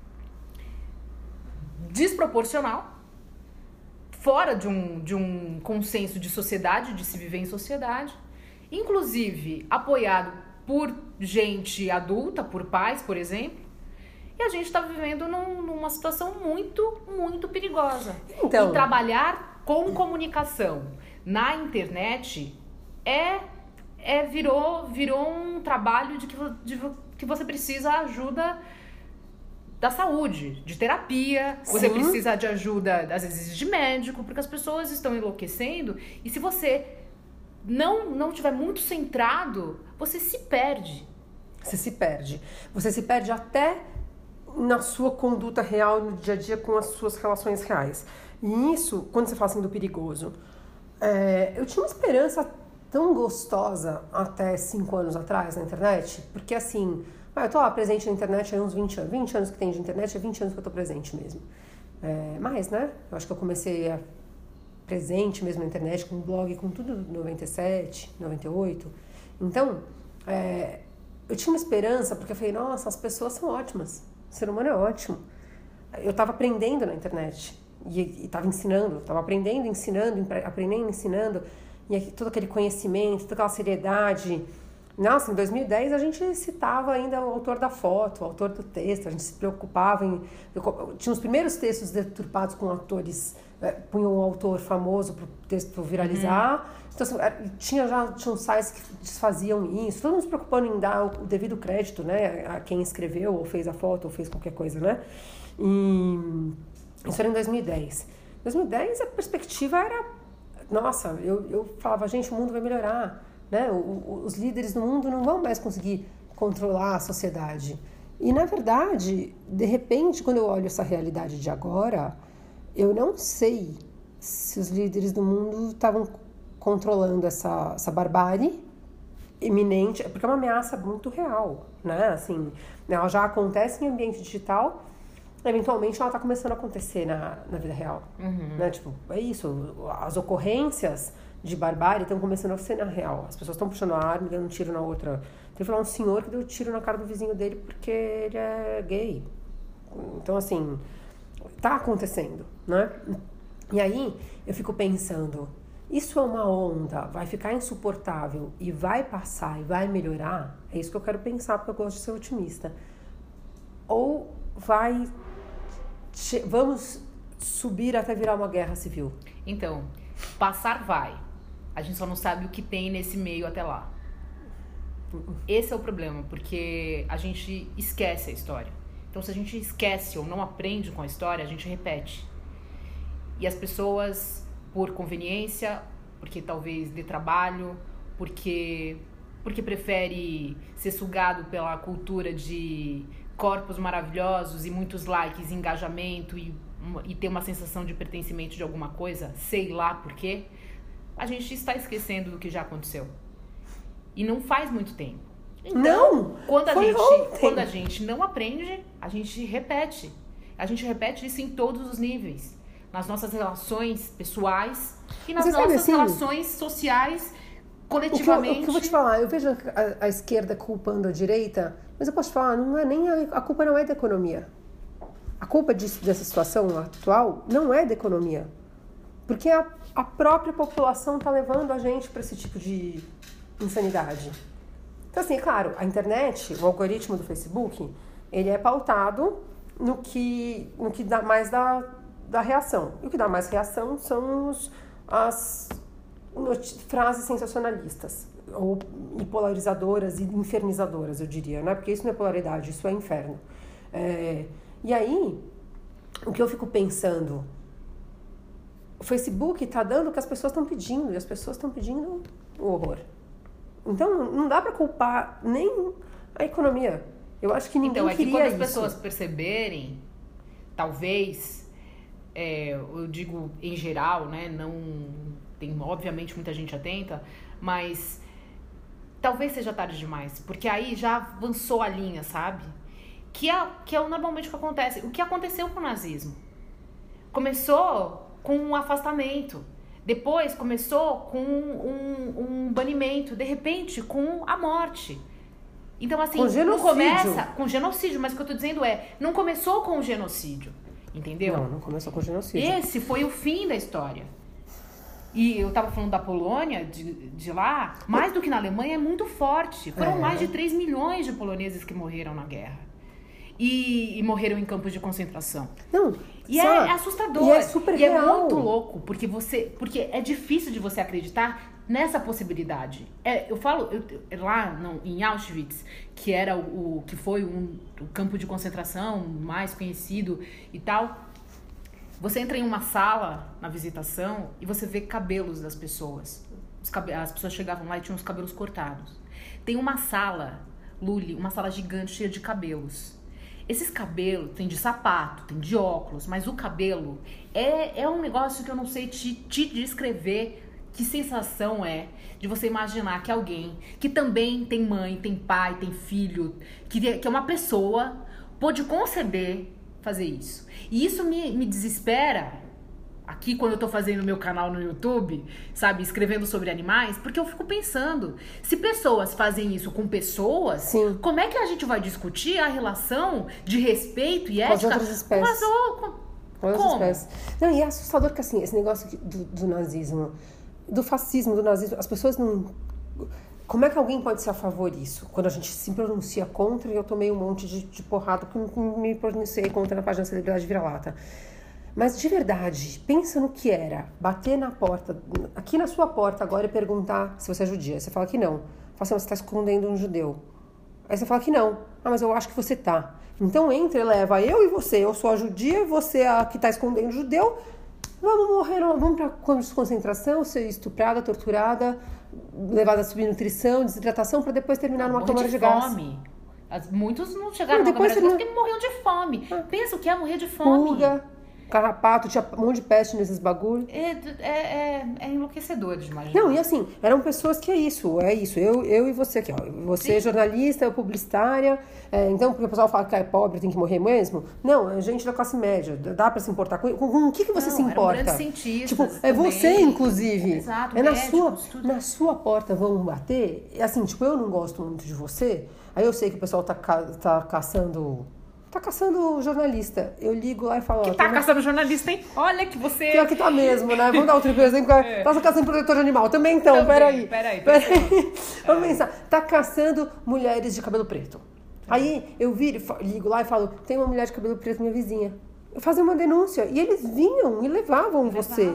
desproporcional, fora de um, de um consenso de sociedade, de se viver em sociedade, inclusive apoiado por gente adulta, por pais, por exemplo, e a gente está vivendo num, numa situação muito, muito perigosa. Então... E trabalhar com comunicação na internet é, é virou, virou um trabalho de que, de que você precisa ajuda da saúde, de terapia, você Sim. precisa de ajuda, às vezes, de médico, porque as pessoas estão enlouquecendo, e se você não, não estiver muito centrado, você se perde. Você se perde. Você se perde até na sua conduta real, no dia a dia, com as suas relações reais. E isso, quando você fala assim do perigoso, é, eu tinha uma esperança tão gostosa até cinco anos atrás na internet, porque assim... Ah, eu tô lá presente na internet há uns vinte anos. vinte anos que tem de internet, é vinte anos que eu tô presente mesmo. É, mais, né? Eu acho que eu comecei a presente mesmo na internet, com blog, com tudo, em noventa e sete, noventa e oito. Então, é, eu tinha uma esperança, porque eu falei, nossa, as pessoas são ótimas. O ser humano é ótimo. Eu tava aprendendo na internet. E, e tava ensinando. Tava aprendendo, ensinando, aprendendo, ensinando. e todo aquele conhecimento, toda aquela seriedade. Nossa, em dois mil e dez a gente citava ainda o autor da foto, o autor do texto, a gente se preocupava em... Tinha os primeiros textos deturpados com autores, é, punham um autor famoso para o texto viralizar. Uhum. Então, assim, tinha já tinha sites que desfaziam isso, todo mundo se preocupando em dar o devido crédito, né, a quem escreveu, ou fez a foto, ou fez qualquer coisa, né? E isso era em dois mil e dez. Em dois mil e dez a perspectiva era... Nossa, eu, eu falava, gente, o mundo vai melhorar. Né? O, o, os líderes do mundo não vão mais conseguir controlar a sociedade. E, na verdade, de repente, quando eu olho essa realidade de agora, eu não sei se os líderes do mundo estavam controlando essa, essa barbárie iminente, porque é uma ameaça muito real, né? Assim, ela já acontece em ambiente digital, eventualmente ela está começando a acontecer na, na vida real. Uhum. Né? Tipo, é isso, as ocorrências de barbárie estão começando a ser na real. As pessoas estão puxando a arma e dando um tiro na outra. Teve lá um senhor que deu tiro na cara do vizinho dele porque ele é gay. Então, assim, tá acontecendo, né? E aí, eu fico pensando, isso é uma onda, vai ficar insuportável e vai passar e vai melhorar? É isso que eu quero pensar, porque eu gosto de ser otimista. Ou vai... Vamos subir até virar uma guerra civil? Então, passar vai. A gente só não sabe o que tem nesse meio até lá. Esse é o problema, porque a gente esquece a história. Então, se a gente esquece ou não aprende com a história, a gente repete. E as pessoas, por conveniência, porque talvez dê trabalho, porque, porque prefere ser sugado pela cultura de corpos maravilhosos e muitos likes, engajamento e, e ter uma sensação de pertencimento de alguma coisa, sei lá por quê, a gente está esquecendo do que já aconteceu. E não faz muito tempo. Então, não! Quando a, foi gente, ontem. quando a gente não aprende, a gente repete. A gente repete isso em todos os níveis. Nas nossas relações pessoais e nas Você nossas assim, relações sociais, O que, eu, coletivamente. o que eu vou te falar, eu vejo a, a esquerda culpando a direita, mas eu posso te falar, não é nem a, a culpa não é da economia. A culpa disso, dessa situação atual não é da economia. Porque a, a própria população está levando a gente para esse tipo de insanidade. Então, assim, é claro, a internet, o algoritmo do Facebook, ele é pautado no que, no que dá mais da, da reação. E o que dá mais reação são os, as frases sensacionalistas, ou e polarizadoras e infernizadoras, eu diria, né? Porque isso não é polaridade, isso é inferno. É, e aí, o que eu fico pensando... O Facebook está dando o que as pessoas estão pedindo, e as pessoas estão pedindo o horror. Então, não dá para culpar nem a economia. Eu acho que ninguém então, é que queria quando as isso. pessoas perceberem, talvez, é, eu digo em geral, né? Não tem, obviamente, muita gente atenta, mas talvez seja tarde demais, porque aí já avançou a linha, sabe? Que é, que é normalmente o que acontece. O que aconteceu com o nazismo? Começou com um afastamento. Depois começou com um, um banimento. De repente, com a morte. Então, assim, não começa com genocídio. Mas o que eu tô dizendo é, não começou com o genocídio. Entendeu? Não, não começou com o genocídio. Esse foi o fim da história. E eu tava falando da Polônia, de, de lá, mais do que na Alemanha, é muito forte. Foram é. mais de três milhões de poloneses que morreram na guerra. E, e morreram em campos de concentração. Não, e é, é assustador. E é super e é real. muito louco, porque, você, porque é difícil de você acreditar nessa possibilidade. É, eu falo, eu, lá não, em Auschwitz, que era o, o que foi um, o campo de concentração mais conhecido e tal, você entra em uma sala na visitação e você vê cabelos das pessoas. Os cabe- as pessoas chegavam lá e tinham os cabelos cortados. Tem uma sala, Luli, uma sala gigante cheia de cabelos. Esses cabelos, tem de sapato, tem de óculos, mas o cabelo é, é um negócio que eu não sei te, te descrever que sensação é de você imaginar que alguém que também tem mãe, tem pai, tem filho, que, que é uma pessoa, pôde conceber fazer isso. E isso me, me desespera aqui quando eu tô fazendo meu canal no YouTube, sabe, escrevendo sobre animais, porque eu fico pensando, se pessoas fazem isso com pessoas, Sim. como é que a gente vai discutir a relação de respeito e com ética as outras espécies? Com as, com, com as como? espécies. Não, e é assustador que assim, esse negócio do, do nazismo, do fascismo, do nazismo. As pessoas não... Como é que alguém pode ser a favor disso? Quando a gente se pronuncia contra, e eu tomei um monte de, de porrada porque me pronunciei contra na página da Celebridade Vira-Lata. Mas, de verdade, pensa no que era bater na porta, aqui na sua porta agora e perguntar se você é judia. Você fala que não. Fala assim, você está escondendo um judeu. Aí você fala que não. Ah, mas eu acho que você tá. Então entra e leva eu e você. Eu sou a judia, você é a que está escondendo o judeu. Vamos morrer, vamos para campos de concentração, ser estuprada, torturada, levada a subnutrição, desidratação, para depois terminar numa câmara de, de gás. Fome. Muitos não chegaram na câmara de gás porque morriam de fome. Ah. Pensa o que é morrer de fome. Pulga, carrapato, tinha um monte de peste nesses bagulho. É, é, é, é enlouquecedor de imaginar. Não, e assim, eram pessoas que é isso, é isso. Eu, eu e você aqui, ó. Você é jornalista, eu publicitária. É, então, porque o pessoal fala que é pobre, tem que morrer mesmo. Não, é gente da classe média. Dá pra se importar com, com, com o que, que você não, se importa? Eram grandes cientistas. Tipo, é também. você, inclusive. Exato, é na médicos, sua, tudo. na sua porta vão bater. Assim, tipo, eu não gosto muito de você. Aí eu sei que o pessoal tá, tá caçando. Tá caçando jornalista. Eu ligo lá e falo... Que ó, tá tem... caçando jornalista, hein? Olha que você... Pior que tá mesmo, né? Vamos dar outro exemplo. É. Tá caçando protetor de animal. Também então, Também. peraí. Peraí, peraí. peraí. Vamos é. pensar. Tá caçando mulheres de cabelo preto. Aí eu viro, ligo lá e falo, tem uma mulher de cabelo preto, minha vizinha. Eu fazia uma denúncia. E eles vinham e levavam, levavam. você.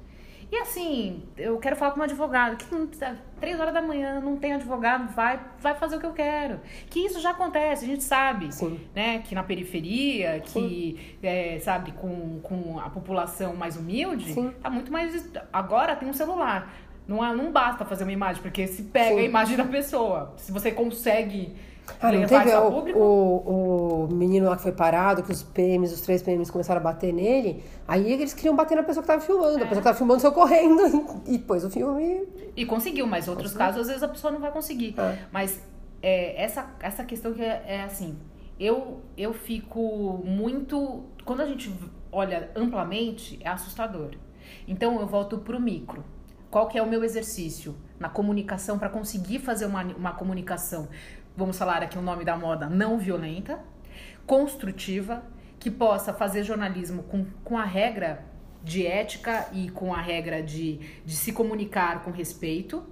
E assim, eu quero falar com um advogado, que não, três horas da manhã não tem advogado, vai, vai fazer o que eu quero. Que isso já acontece, a gente sabe, Sim. né? Que na periferia, que, é, sabe, com, com a população mais humilde, Sim. tá muito mais... Agora tem um celular, não, é, não basta fazer uma imagem, porque se pega Sim. a imagem da pessoa, se você consegue... Ah, não teve o, o, o menino lá que foi parado, que os P Ms, os três P Ms começaram a bater nele, aí eles queriam bater na pessoa que tava filmando, é. a pessoa que tava filmando saiu correndo e, e depois o filme... E conseguiu, mas em outros casos, às vezes a pessoa não vai conseguir. É. Mas é, essa, essa questão que é, é assim, eu, eu fico muito... Quando a gente olha amplamente, é assustador. Então eu volto pro micro. Qual que é o meu exercício na comunicação para conseguir fazer uma, uma comunicação... Vamos falar aqui o nome da moda, não violenta, construtiva, que possa fazer jornalismo com, com a regra de ética e com a regra de, de se comunicar com respeito.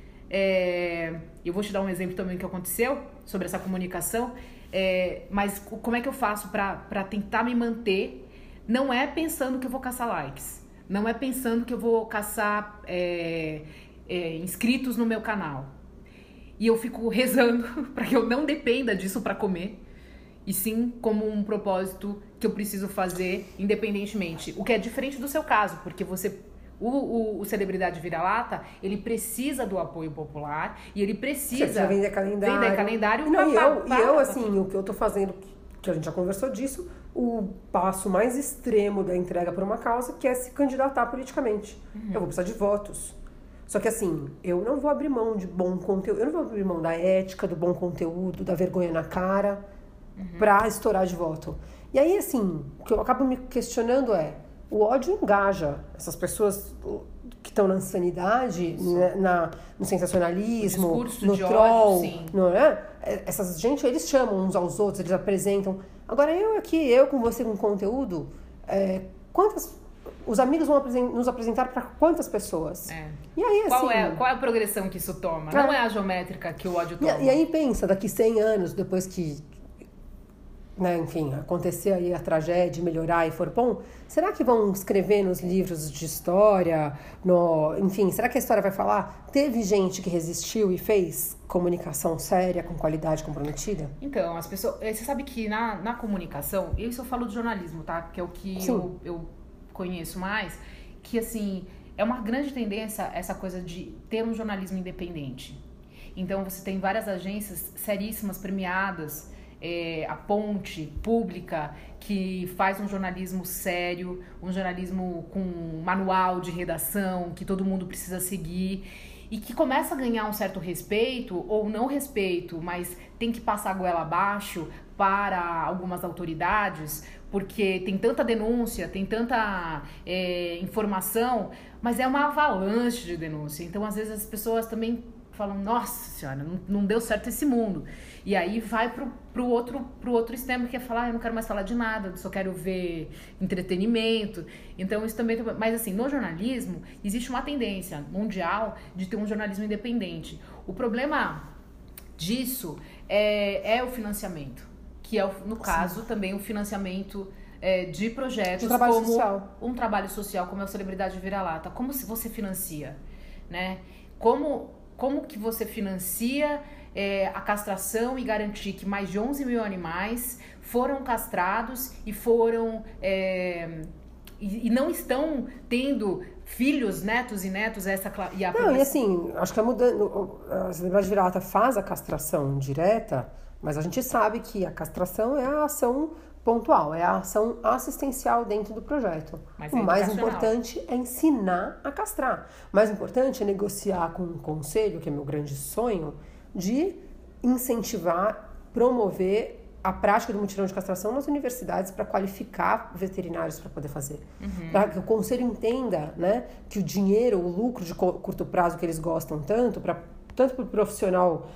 É, eu vou te dar um exemplo também que aconteceu sobre essa comunicação, é, mas como é que eu faço para tentar me manter? Não é pensando que eu vou caçar likes, não é pensando que eu vou caçar é, é, inscritos no meu canal. E eu fico rezando para que eu não dependa disso para comer, e sim como um propósito que eu preciso fazer independentemente. O que é diferente do seu caso, porque você, o, o, o Celebridade Vira-Lata, ele precisa do apoio popular e ele precisa vender calendário. Vender calendário não, pra, e, eu, pra, e eu, pra, assim, o que eu tô fazendo, que a gente já conversou disso, o passo mais extremo da entrega por uma causa, que é se candidatar politicamente. Uhum. Eu vou precisar de votos. Só que assim, eu não vou abrir mão de bom conteúdo, eu não vou abrir mão da ética, do bom conteúdo, da vergonha na cara, uhum. pra estourar de voto. E aí, assim, o que eu acabo me questionando é, o ódio engaja essas pessoas que estão na insanidade, na, na, no sensacionalismo, no troll, ódio, não é? Essas gente, eles chamam uns aos outros, eles apresentam. Agora, eu aqui, eu com você com conteúdo, é, quantas... Os amigos vão nos apresentar para quantas pessoas? É. E aí, assim... Qual é, qual é a progressão que isso toma? É. Não é a geométrica que o ódio toma. E, e aí pensa, daqui cem anos, depois que, né, enfim, acontecer aí a tragédia, melhorar e for bom, será que vão escrever nos livros de história, no, enfim, será que a história vai falar? Teve gente que resistiu e fez comunicação séria, com qualidade comprometida? Então, as pessoas... Você sabe que na, na comunicação, isso eu falo de jornalismo, tá? Que é o que eu... eu conheço mais, que assim, é uma grande tendência essa coisa de ter um jornalismo independente. Então você tem várias agências seríssimas, premiadas, é, a Ponte, Pública, que faz um jornalismo sério, um jornalismo com manual de redação, que todo mundo precisa seguir, e que começa a ganhar um certo respeito, ou não respeito, mas tem que passar a goela abaixo para algumas autoridades, porque tem tanta denúncia, tem tanta é, informação, mas é uma avalanche de denúncia. Então, às vezes, as pessoas também falam, nossa senhora, não, não deu certo esse mundo. E aí vai pro, pro, outro, pro outro extremo, que é falar, ah, eu não quero mais falar de nada, só quero ver entretenimento. Então isso também... Mas assim, no jornalismo, existe uma tendência mundial de ter um jornalismo independente. O problema disso é, é o financiamento, que é, no caso, Sim. também o financiamento... É, de projetos um trabalho como social. um trabalho social, como é o Celebridade Vira-Lata. Como se você financia, né? Como, como que você financia é, a castração e garantir que mais de onze mil animais foram castrados e foram é, e, e não estão tendo filhos, netos e netos essa e a Não, e assim, acho que a mudança, a Celebridade Vira-Lata faz a castração direta, mas a gente sabe que a castração é a ação pontual, é a ação assistencial dentro do projeto. Mas o é mais importante é ensinar a castrar. O mais importante é negociar com o conselho, que é meu grande sonho, de incentivar, promover a prática do mutirão de castração nas universidades para qualificar veterinários para poder fazer. Uhum. Para que o conselho entenda, né, que o dinheiro, o lucro de curto prazo que eles gostam tanto, para tanto para o profissional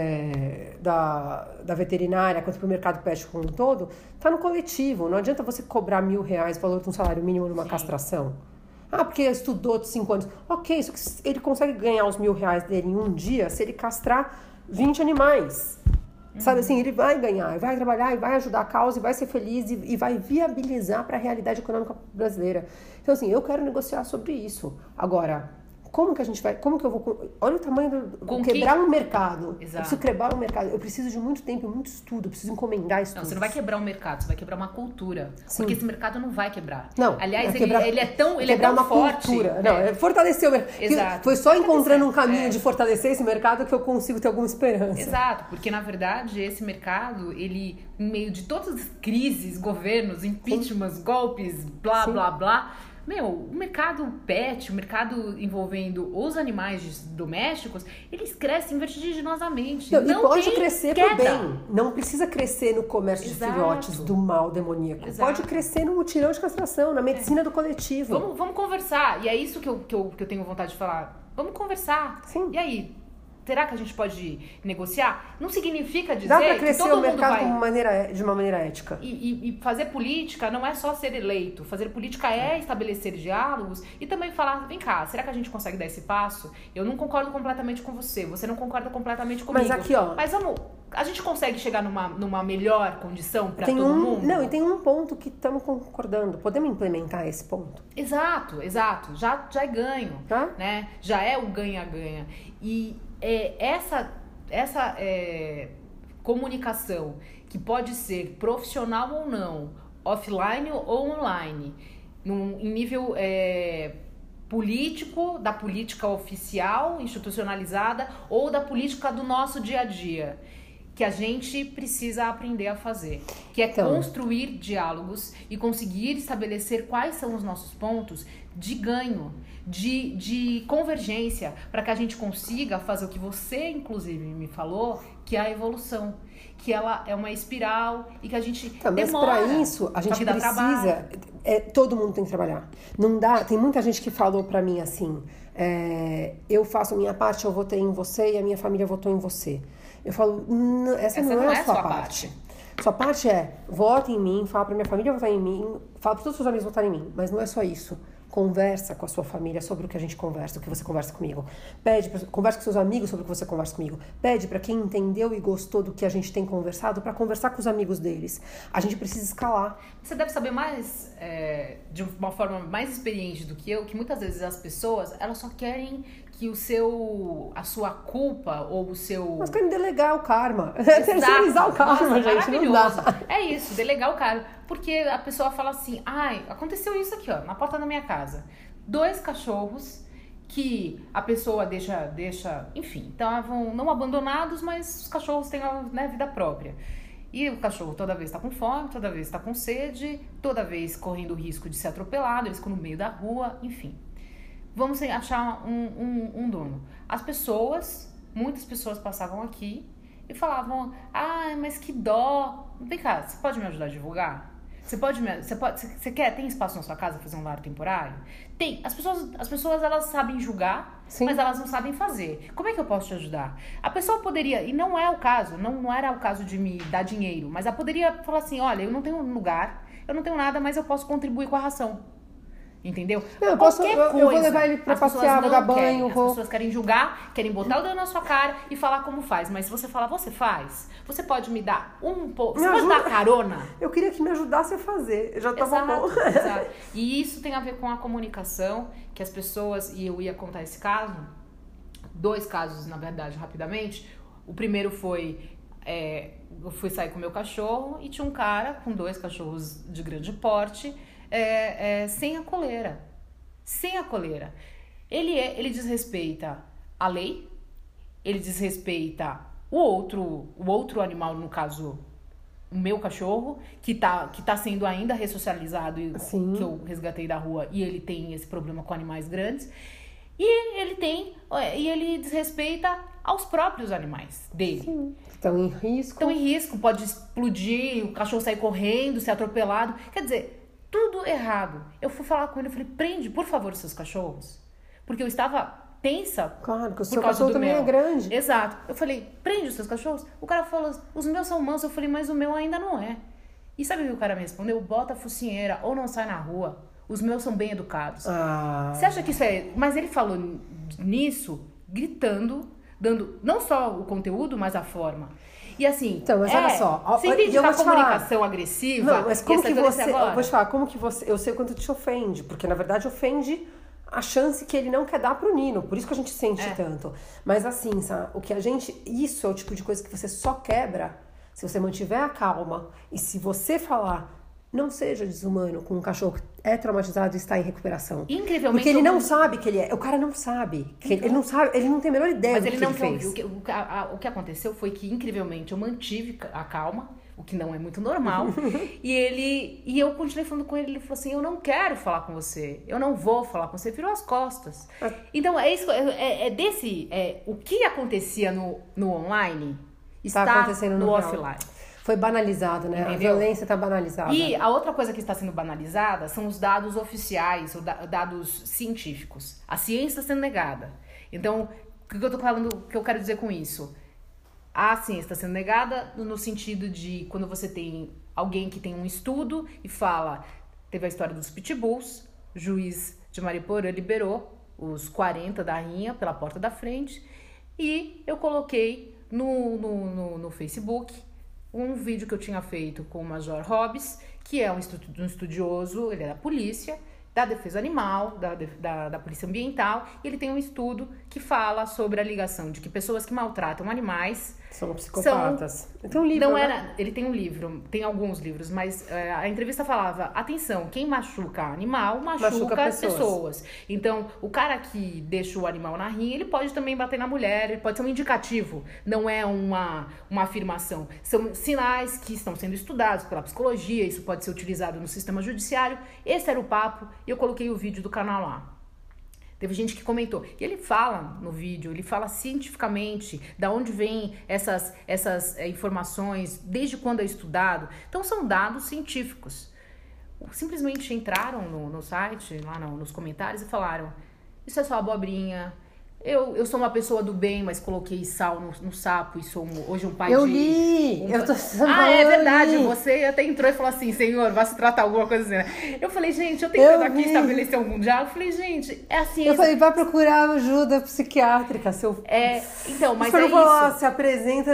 é, da, da veterinária quanto para o mercado pet como um todo, está no coletivo. Não adianta você cobrar mil reais, valor de um salário mínimo numa Sim. castração. Ah, porque estudou de cinco anos. Ok, isso que ele consegue ganhar os mil reais dele em um dia se ele castrar vinte animais. Uhum. Sabe assim, ele vai ganhar, vai trabalhar, e vai ajudar a causa, e vai ser feliz, e, e vai viabilizar para a realidade econômica brasileira. Então assim, eu quero negociar sobre isso. Agora... Como que a gente vai... Como que eu vou... Olha o tamanho do... Com quebrar que... um mercado. Exato. Eu preciso quebrar um mercado. Eu preciso de muito tempo, muito estudo. Eu preciso encomendar estudos. Não, você não vai quebrar um mercado. Você vai quebrar uma cultura. Sim. Porque esse mercado não vai quebrar. Não. Aliás, é quebrar, ele, ele é tão, ele quebrar é tão uma forte. Cultura. Não, é fortalecer o mercado. Exato. Foi só encontrando um caminho é. de fortalecer esse mercado que eu consigo ter alguma esperança. Exato. Porque, na verdade, esse mercado, ele, em meio de todas as crises, governos, impeachments, Sim. golpes, blá, Sim. blá, blá... Meu, o mercado pet, o mercado envolvendo os animais domésticos, eles crescem vertiginosamente. Não, não e pode tem crescer queda. Pro bem. Não precisa crescer no comércio Exato. de filhotes do mal demoníaco. Exato. Pode crescer no mutirão de castração, na medicina é. do coletivo. Vamos, vamos conversar. E é isso que eu, que, eu, que eu tenho vontade de falar. Vamos conversar. Sim. E aí? Será que a gente pode negociar? Não significa dizer Dá pra crescer que todo o mercado mundo vai... uma maneira, de uma maneira ética. E, e, e fazer política não é só ser eleito. Fazer política é estabelecer diálogos e também falar, vem cá, será que a gente consegue dar esse passo? Eu não concordo completamente com você, você não concorda completamente comigo. Mas aqui, ó... Mas vamos... A gente consegue chegar numa, numa melhor condição para todo um, mundo? Não, e tem um ponto que estamos concordando. Podemos implementar esse ponto? Exato, exato. Já, já é ganho. Tá? Né? Já é o ganha-ganha. E é, essa, essa é, comunicação, que pode ser profissional ou não, offline ou online, num, em nível é, político, da política oficial, institucionalizada, ou da política do nosso dia a dia, que a gente precisa aprender a fazer, que é então, construir diálogos e conseguir estabelecer quais são os nossos pontos de ganho, de, de convergência, para que a gente consiga fazer o que você, inclusive, me falou, que é a evolução, que ela é uma espiral e que a gente então, demora. Mas para isso, a gente precisa... É, todo mundo tem que trabalhar. Não dá... Tem muita gente que falou para mim assim, é, eu faço a minha parte, eu votei em você e a minha família votou em você. Eu falo, essa, essa não, não é a sua, sua parte. parte. Sua parte é, vota em mim, fala pra minha família votar em mim, fala pra todos os seus amigos votarem em mim. Mas não é só isso. Conversa com a sua família sobre o que a gente conversa, o que você conversa comigo. Pede pra, conversa com seus amigos sobre o que você conversa comigo. Pede pra quem entendeu e gostou do que a gente tem conversado pra conversar com os amigos deles. A gente precisa escalar. Você deve saber mais, é, de uma forma mais experiente do que eu, que muitas vezes as pessoas, elas só querem que o seu, a sua culpa ou o seu... Mas querem delegar o karma. Terceirizar o karma, Nossa, gente, não dá. É isso, delegar o karma. Porque a pessoa fala assim, ai, aconteceu isso aqui, ó, na porta da minha casa. Dois cachorros que a pessoa deixa, deixa enfim, estavam não abandonados, mas os cachorros têm, né, vida própria. E o cachorro toda vez está com fome, toda vez está com sede, toda vez correndo o risco de ser atropelado, eles ficam no meio da rua, enfim. Vamos achar um, um, um dono. As pessoas, muitas pessoas passavam aqui e falavam, ah, mas que dó. Vem cá, você pode me ajudar a divulgar? Você pode, você pode, você quer, tem espaço na sua casa pra fazer um lar temporário? Tem. As pessoas, as pessoas elas sabem julgar, Sim. mas elas não sabem fazer. Como é que eu posso te ajudar? A pessoa poderia, e não é o caso, não, não era o caso de me dar dinheiro, mas ela poderia falar assim, olha, eu não tenho lugar, eu não tenho nada, mas eu posso contribuir com a ração. Entendeu? Não, eu, posso, eu, eu vou levar ele pra passear, vou dar banho. Vou... As pessoas querem julgar, querem botar o dedo na sua cara e falar como faz. Mas se você falar, você faz, você pode me dar um pouco. Você me pode ajuda. dar carona? Eu queria que me ajudasse a fazer. Já tava exato, bom. Exato. E isso tem a ver com a comunicação, que as pessoas, e eu ia contar esse caso, dois casos, na verdade, rapidamente. O primeiro foi. É, eu fui sair com o meu cachorro e tinha um cara com dois cachorros de grande porte. É, é, sem a coleira. Sem a coleira. Ele, é, ele desrespeita a lei, ele desrespeita o outro, o outro animal, no caso, o meu cachorro, que tá, que tá sendo ainda ressocializado, Sim. que eu resgatei da rua, e ele tem esse problema com animais grandes. E ele tem, e ele desrespeita aos próprios animais dele. Sim. Estão em risco. Estão em risco, pode explodir, o cachorro sair correndo, ser atropelado. Quer dizer, tudo errado. Eu fui falar com ele, eu falei, prende, por favor, os seus cachorros. Porque eu estava tensa. Claro, porque o seu cachorro também é grande. Exato. Eu falei, prende os seus cachorros? O cara falou, os meus são mansos. Eu falei, mas o meu ainda não é. E sabe o que o cara me respondeu? Bota a focinheira ou não sai na rua. Os meus são bem educados. Ah. Você acha que isso é... Mas ele falou nisso, gritando, dando não só o conteúdo, mas a forma. E assim, então, mas é, olha só, você entende que a comunicação falar, agressiva... Não, mas como que você... Eu vou te falar, como que você... Eu sei o quanto te ofende, porque na verdade ofende a chance que ele não quer dar pro Nino, por isso que a gente sente é. tanto. Mas assim, sabe, o que a gente... Isso é o tipo de coisa que você só quebra se você mantiver a calma e se você falar... Não seja desumano com um cachorro que é traumatizado e está em recuperação. Incrivelmente. Porque ele não sabe que ele é. O cara não sabe. Que então, ele não sabe, ele não tem a menor ideia mas do ele que não ele fez. O que, o, a, a, o que aconteceu foi que, incrivelmente, eu mantive a calma, o que não é muito normal. e ele e eu continuei falando com ele. Ele falou assim: eu não quero falar com você. Eu não vou falar com você. Virou as costas. Ah. Então, é isso. É, é desse. É, o que acontecia no, no online está tá acontecendo no, no offline. offline. Foi banalizado, né? Entendeu? A violência está banalizada. E a outra coisa que está sendo banalizada são os dados oficiais, os dados científicos. A ciência está sendo negada. Então, o que eu tô falando, o que eu quero dizer com isso? A ciência está sendo negada no sentido de quando você tem alguém que tem um estudo e fala, teve a história dos pitbulls, o juiz de Mariporã liberou os quarenta da rinha pela porta da frente e eu coloquei no, no, no, no Facebook um vídeo que eu tinha feito com o Major Hobbes, que é um, estu- um estudioso, ele é da polícia, da defesa animal, da, da, da polícia ambiental, e ele tem um estudo que fala sobre a ligação de que pessoas que maltratam animais são psicopatas. São, ele tem um livro, não né? era, ele tem um livro, tem alguns livros, mas é, a entrevista falava, atenção, quem machuca animal, machuca, machuca pessoas. pessoas. Então, o cara que deixa o animal na rinha, ele pode também bater na mulher, ele pode ser um indicativo, não é uma, uma afirmação. São sinais que estão sendo estudados pela psicologia, isso pode ser utilizado no sistema judiciário. Esse era o papo, e eu coloquei o vídeo do canal lá. Teve gente que comentou. E ele fala no vídeo, ele fala cientificamente da onde vêm essas, essas é, informações, desde quando é estudado. Então, são dados científicos. Simplesmente entraram no, no site, lá no, nos comentários, e falaram, isso é só abobrinha. Eu, eu sou uma pessoa do bem, mas coloquei sal no, no sapo e sou um, hoje um pai eu de... Li, um, eu tô Ah, é verdade, você até entrou e falou assim, senhor, vai se tratar alguma coisa assim. Eu falei, gente, eu tentando aqui estabelecer algum diálogo. Eu falei, gente, é assim... Eu falei, vai procurar ajuda psiquiátrica, seu... É, então, mas você é não falou, isso. Se apresenta...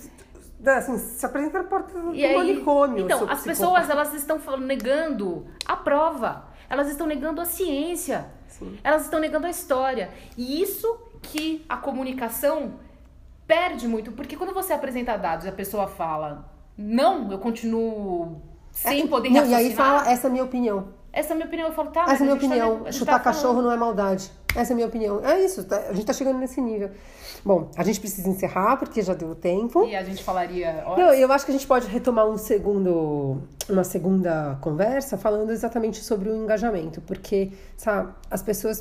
Assim, se apresenta na porta do e aí, manicômio. Então, as pessoas, elas estão negando a prova. Elas estão negando a ciência. Sim. Elas estão negando a história. E isso que a comunicação perde muito. Porque quando você apresenta dados e a pessoa fala, não, eu continuo sem é, poder não, raciocinar. E aí fala, essa é a minha opinião. Essa é a minha opinião. Eu falo, tá, Essa é a minha opinião. Tá, Chutar tá cachorro não é maldade. Essa é a minha opinião. É isso, tá, a gente tá chegando nesse nível. Bom, a gente precisa encerrar, porque já deu tempo. E a gente falaria... Não, eu acho que a gente pode retomar um segundo, uma segunda conversa falando exatamente sobre o engajamento. Porque, sabe, as pessoas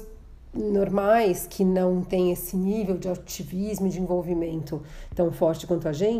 normais que não têm esse nível de ativismo e de envolvimento tão forte quanto a gente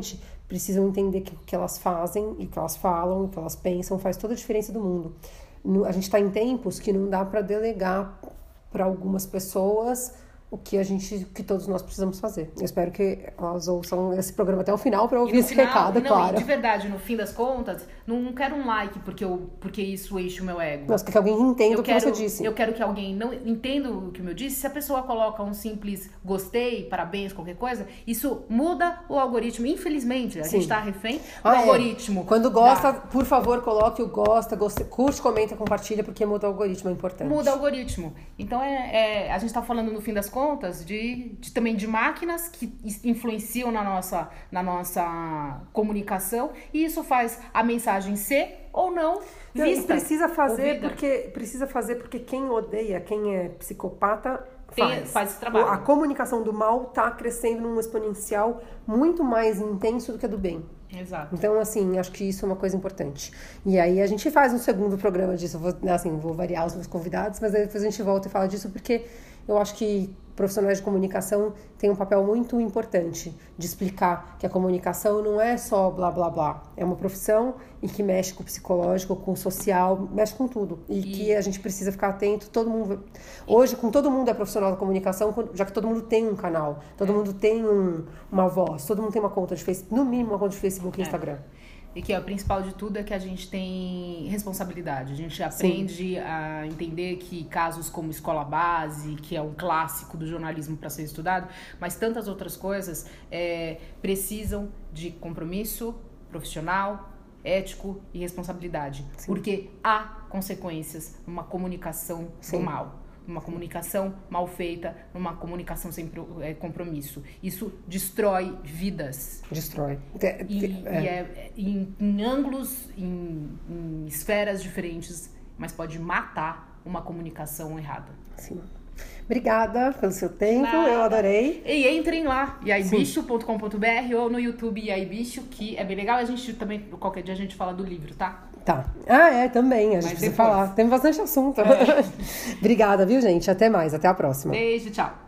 precisam entender que o que elas fazem e o que elas falam, o que elas pensam faz toda a diferença do mundo. A gente está em tempos que não dá para delegar para algumas pessoas o que a gente, que todos nós precisamos fazer. Eu espero que elas ouçam esse programa até o final para ouvir esse final, recado, não, claro. De verdade, no fim das contas, não quero um like porque, eu, porque isso enche o meu ego. Nossa, que alguém entenda eu o que quero, você disse. Eu quero que alguém não entenda o que eu disse. Se a pessoa coloca um simples gostei, parabéns, qualquer coisa, isso muda o algoritmo. Infelizmente, a Sim. gente está refém do ah, algoritmo. É. Quando gosta, da... por favor, coloque o gosta, goste, curte, comenta, compartilha, porque muda o algoritmo, é importante. Muda o algoritmo. Então, é, é, a gente está falando, no fim das contas, de, de também de máquinas que influenciam na nossa, na nossa comunicação, e isso faz a mensagem ser ou não Não, vista, e precisa fazer ouvida. porque precisa fazer porque quem odeia, quem é psicopata Tem, faz. faz esse trabalho. A comunicação do mal está crescendo num exponencial muito mais intenso do que a do bem. Exato. Então, assim, acho que isso é uma coisa importante. E aí a gente faz um segundo programa disso. Eu vou, assim, vou variar os meus convidados, mas aí depois a gente volta e fala disso, porque eu acho que profissionais de comunicação têm um papel muito importante de explicar que a comunicação não é só blá, blá, blá. É uma profissão e que mexe com o psicológico, com o social, mexe com tudo. E, e... que a gente precisa ficar atento. Todo mundo... Hoje, com todo mundo é profissional da comunicação, já que todo mundo tem um canal, todo é. mundo tem um, uma voz, todo mundo tem uma conta de Facebook, no mínimo uma conta de Facebook e é. Instagram. E que é, o principal de tudo é que a gente tem responsabilidade. A gente aprende Sim. a entender que casos como Escola Base, que é um clássico do jornalismo para ser estudado, mas tantas outras coisas é, precisam de compromisso profissional, ético e responsabilidade. Sim. Porque há consequências numa comunicação Sim. do mal. Numa comunicação mal feita, numa comunicação sem compromisso. Isso destrói vidas. Destrói. E é, e é em, em ângulos, em, em esferas diferentes, mas pode matar uma comunicação errada. Sim. Obrigada pelo seu tempo, Nada. Eu adorei. E entrem lá, iaibicho ponto com ponto br ou no YouTube iaibicho, que é bem legal. A gente também, qualquer dia a gente fala do livro, tá? Tá. Ah, é, também. A gente Mas precisa depois. falar. Tem bastante assunto. É. Obrigada, viu, gente? Até mais. Até a próxima. Beijo, tchau.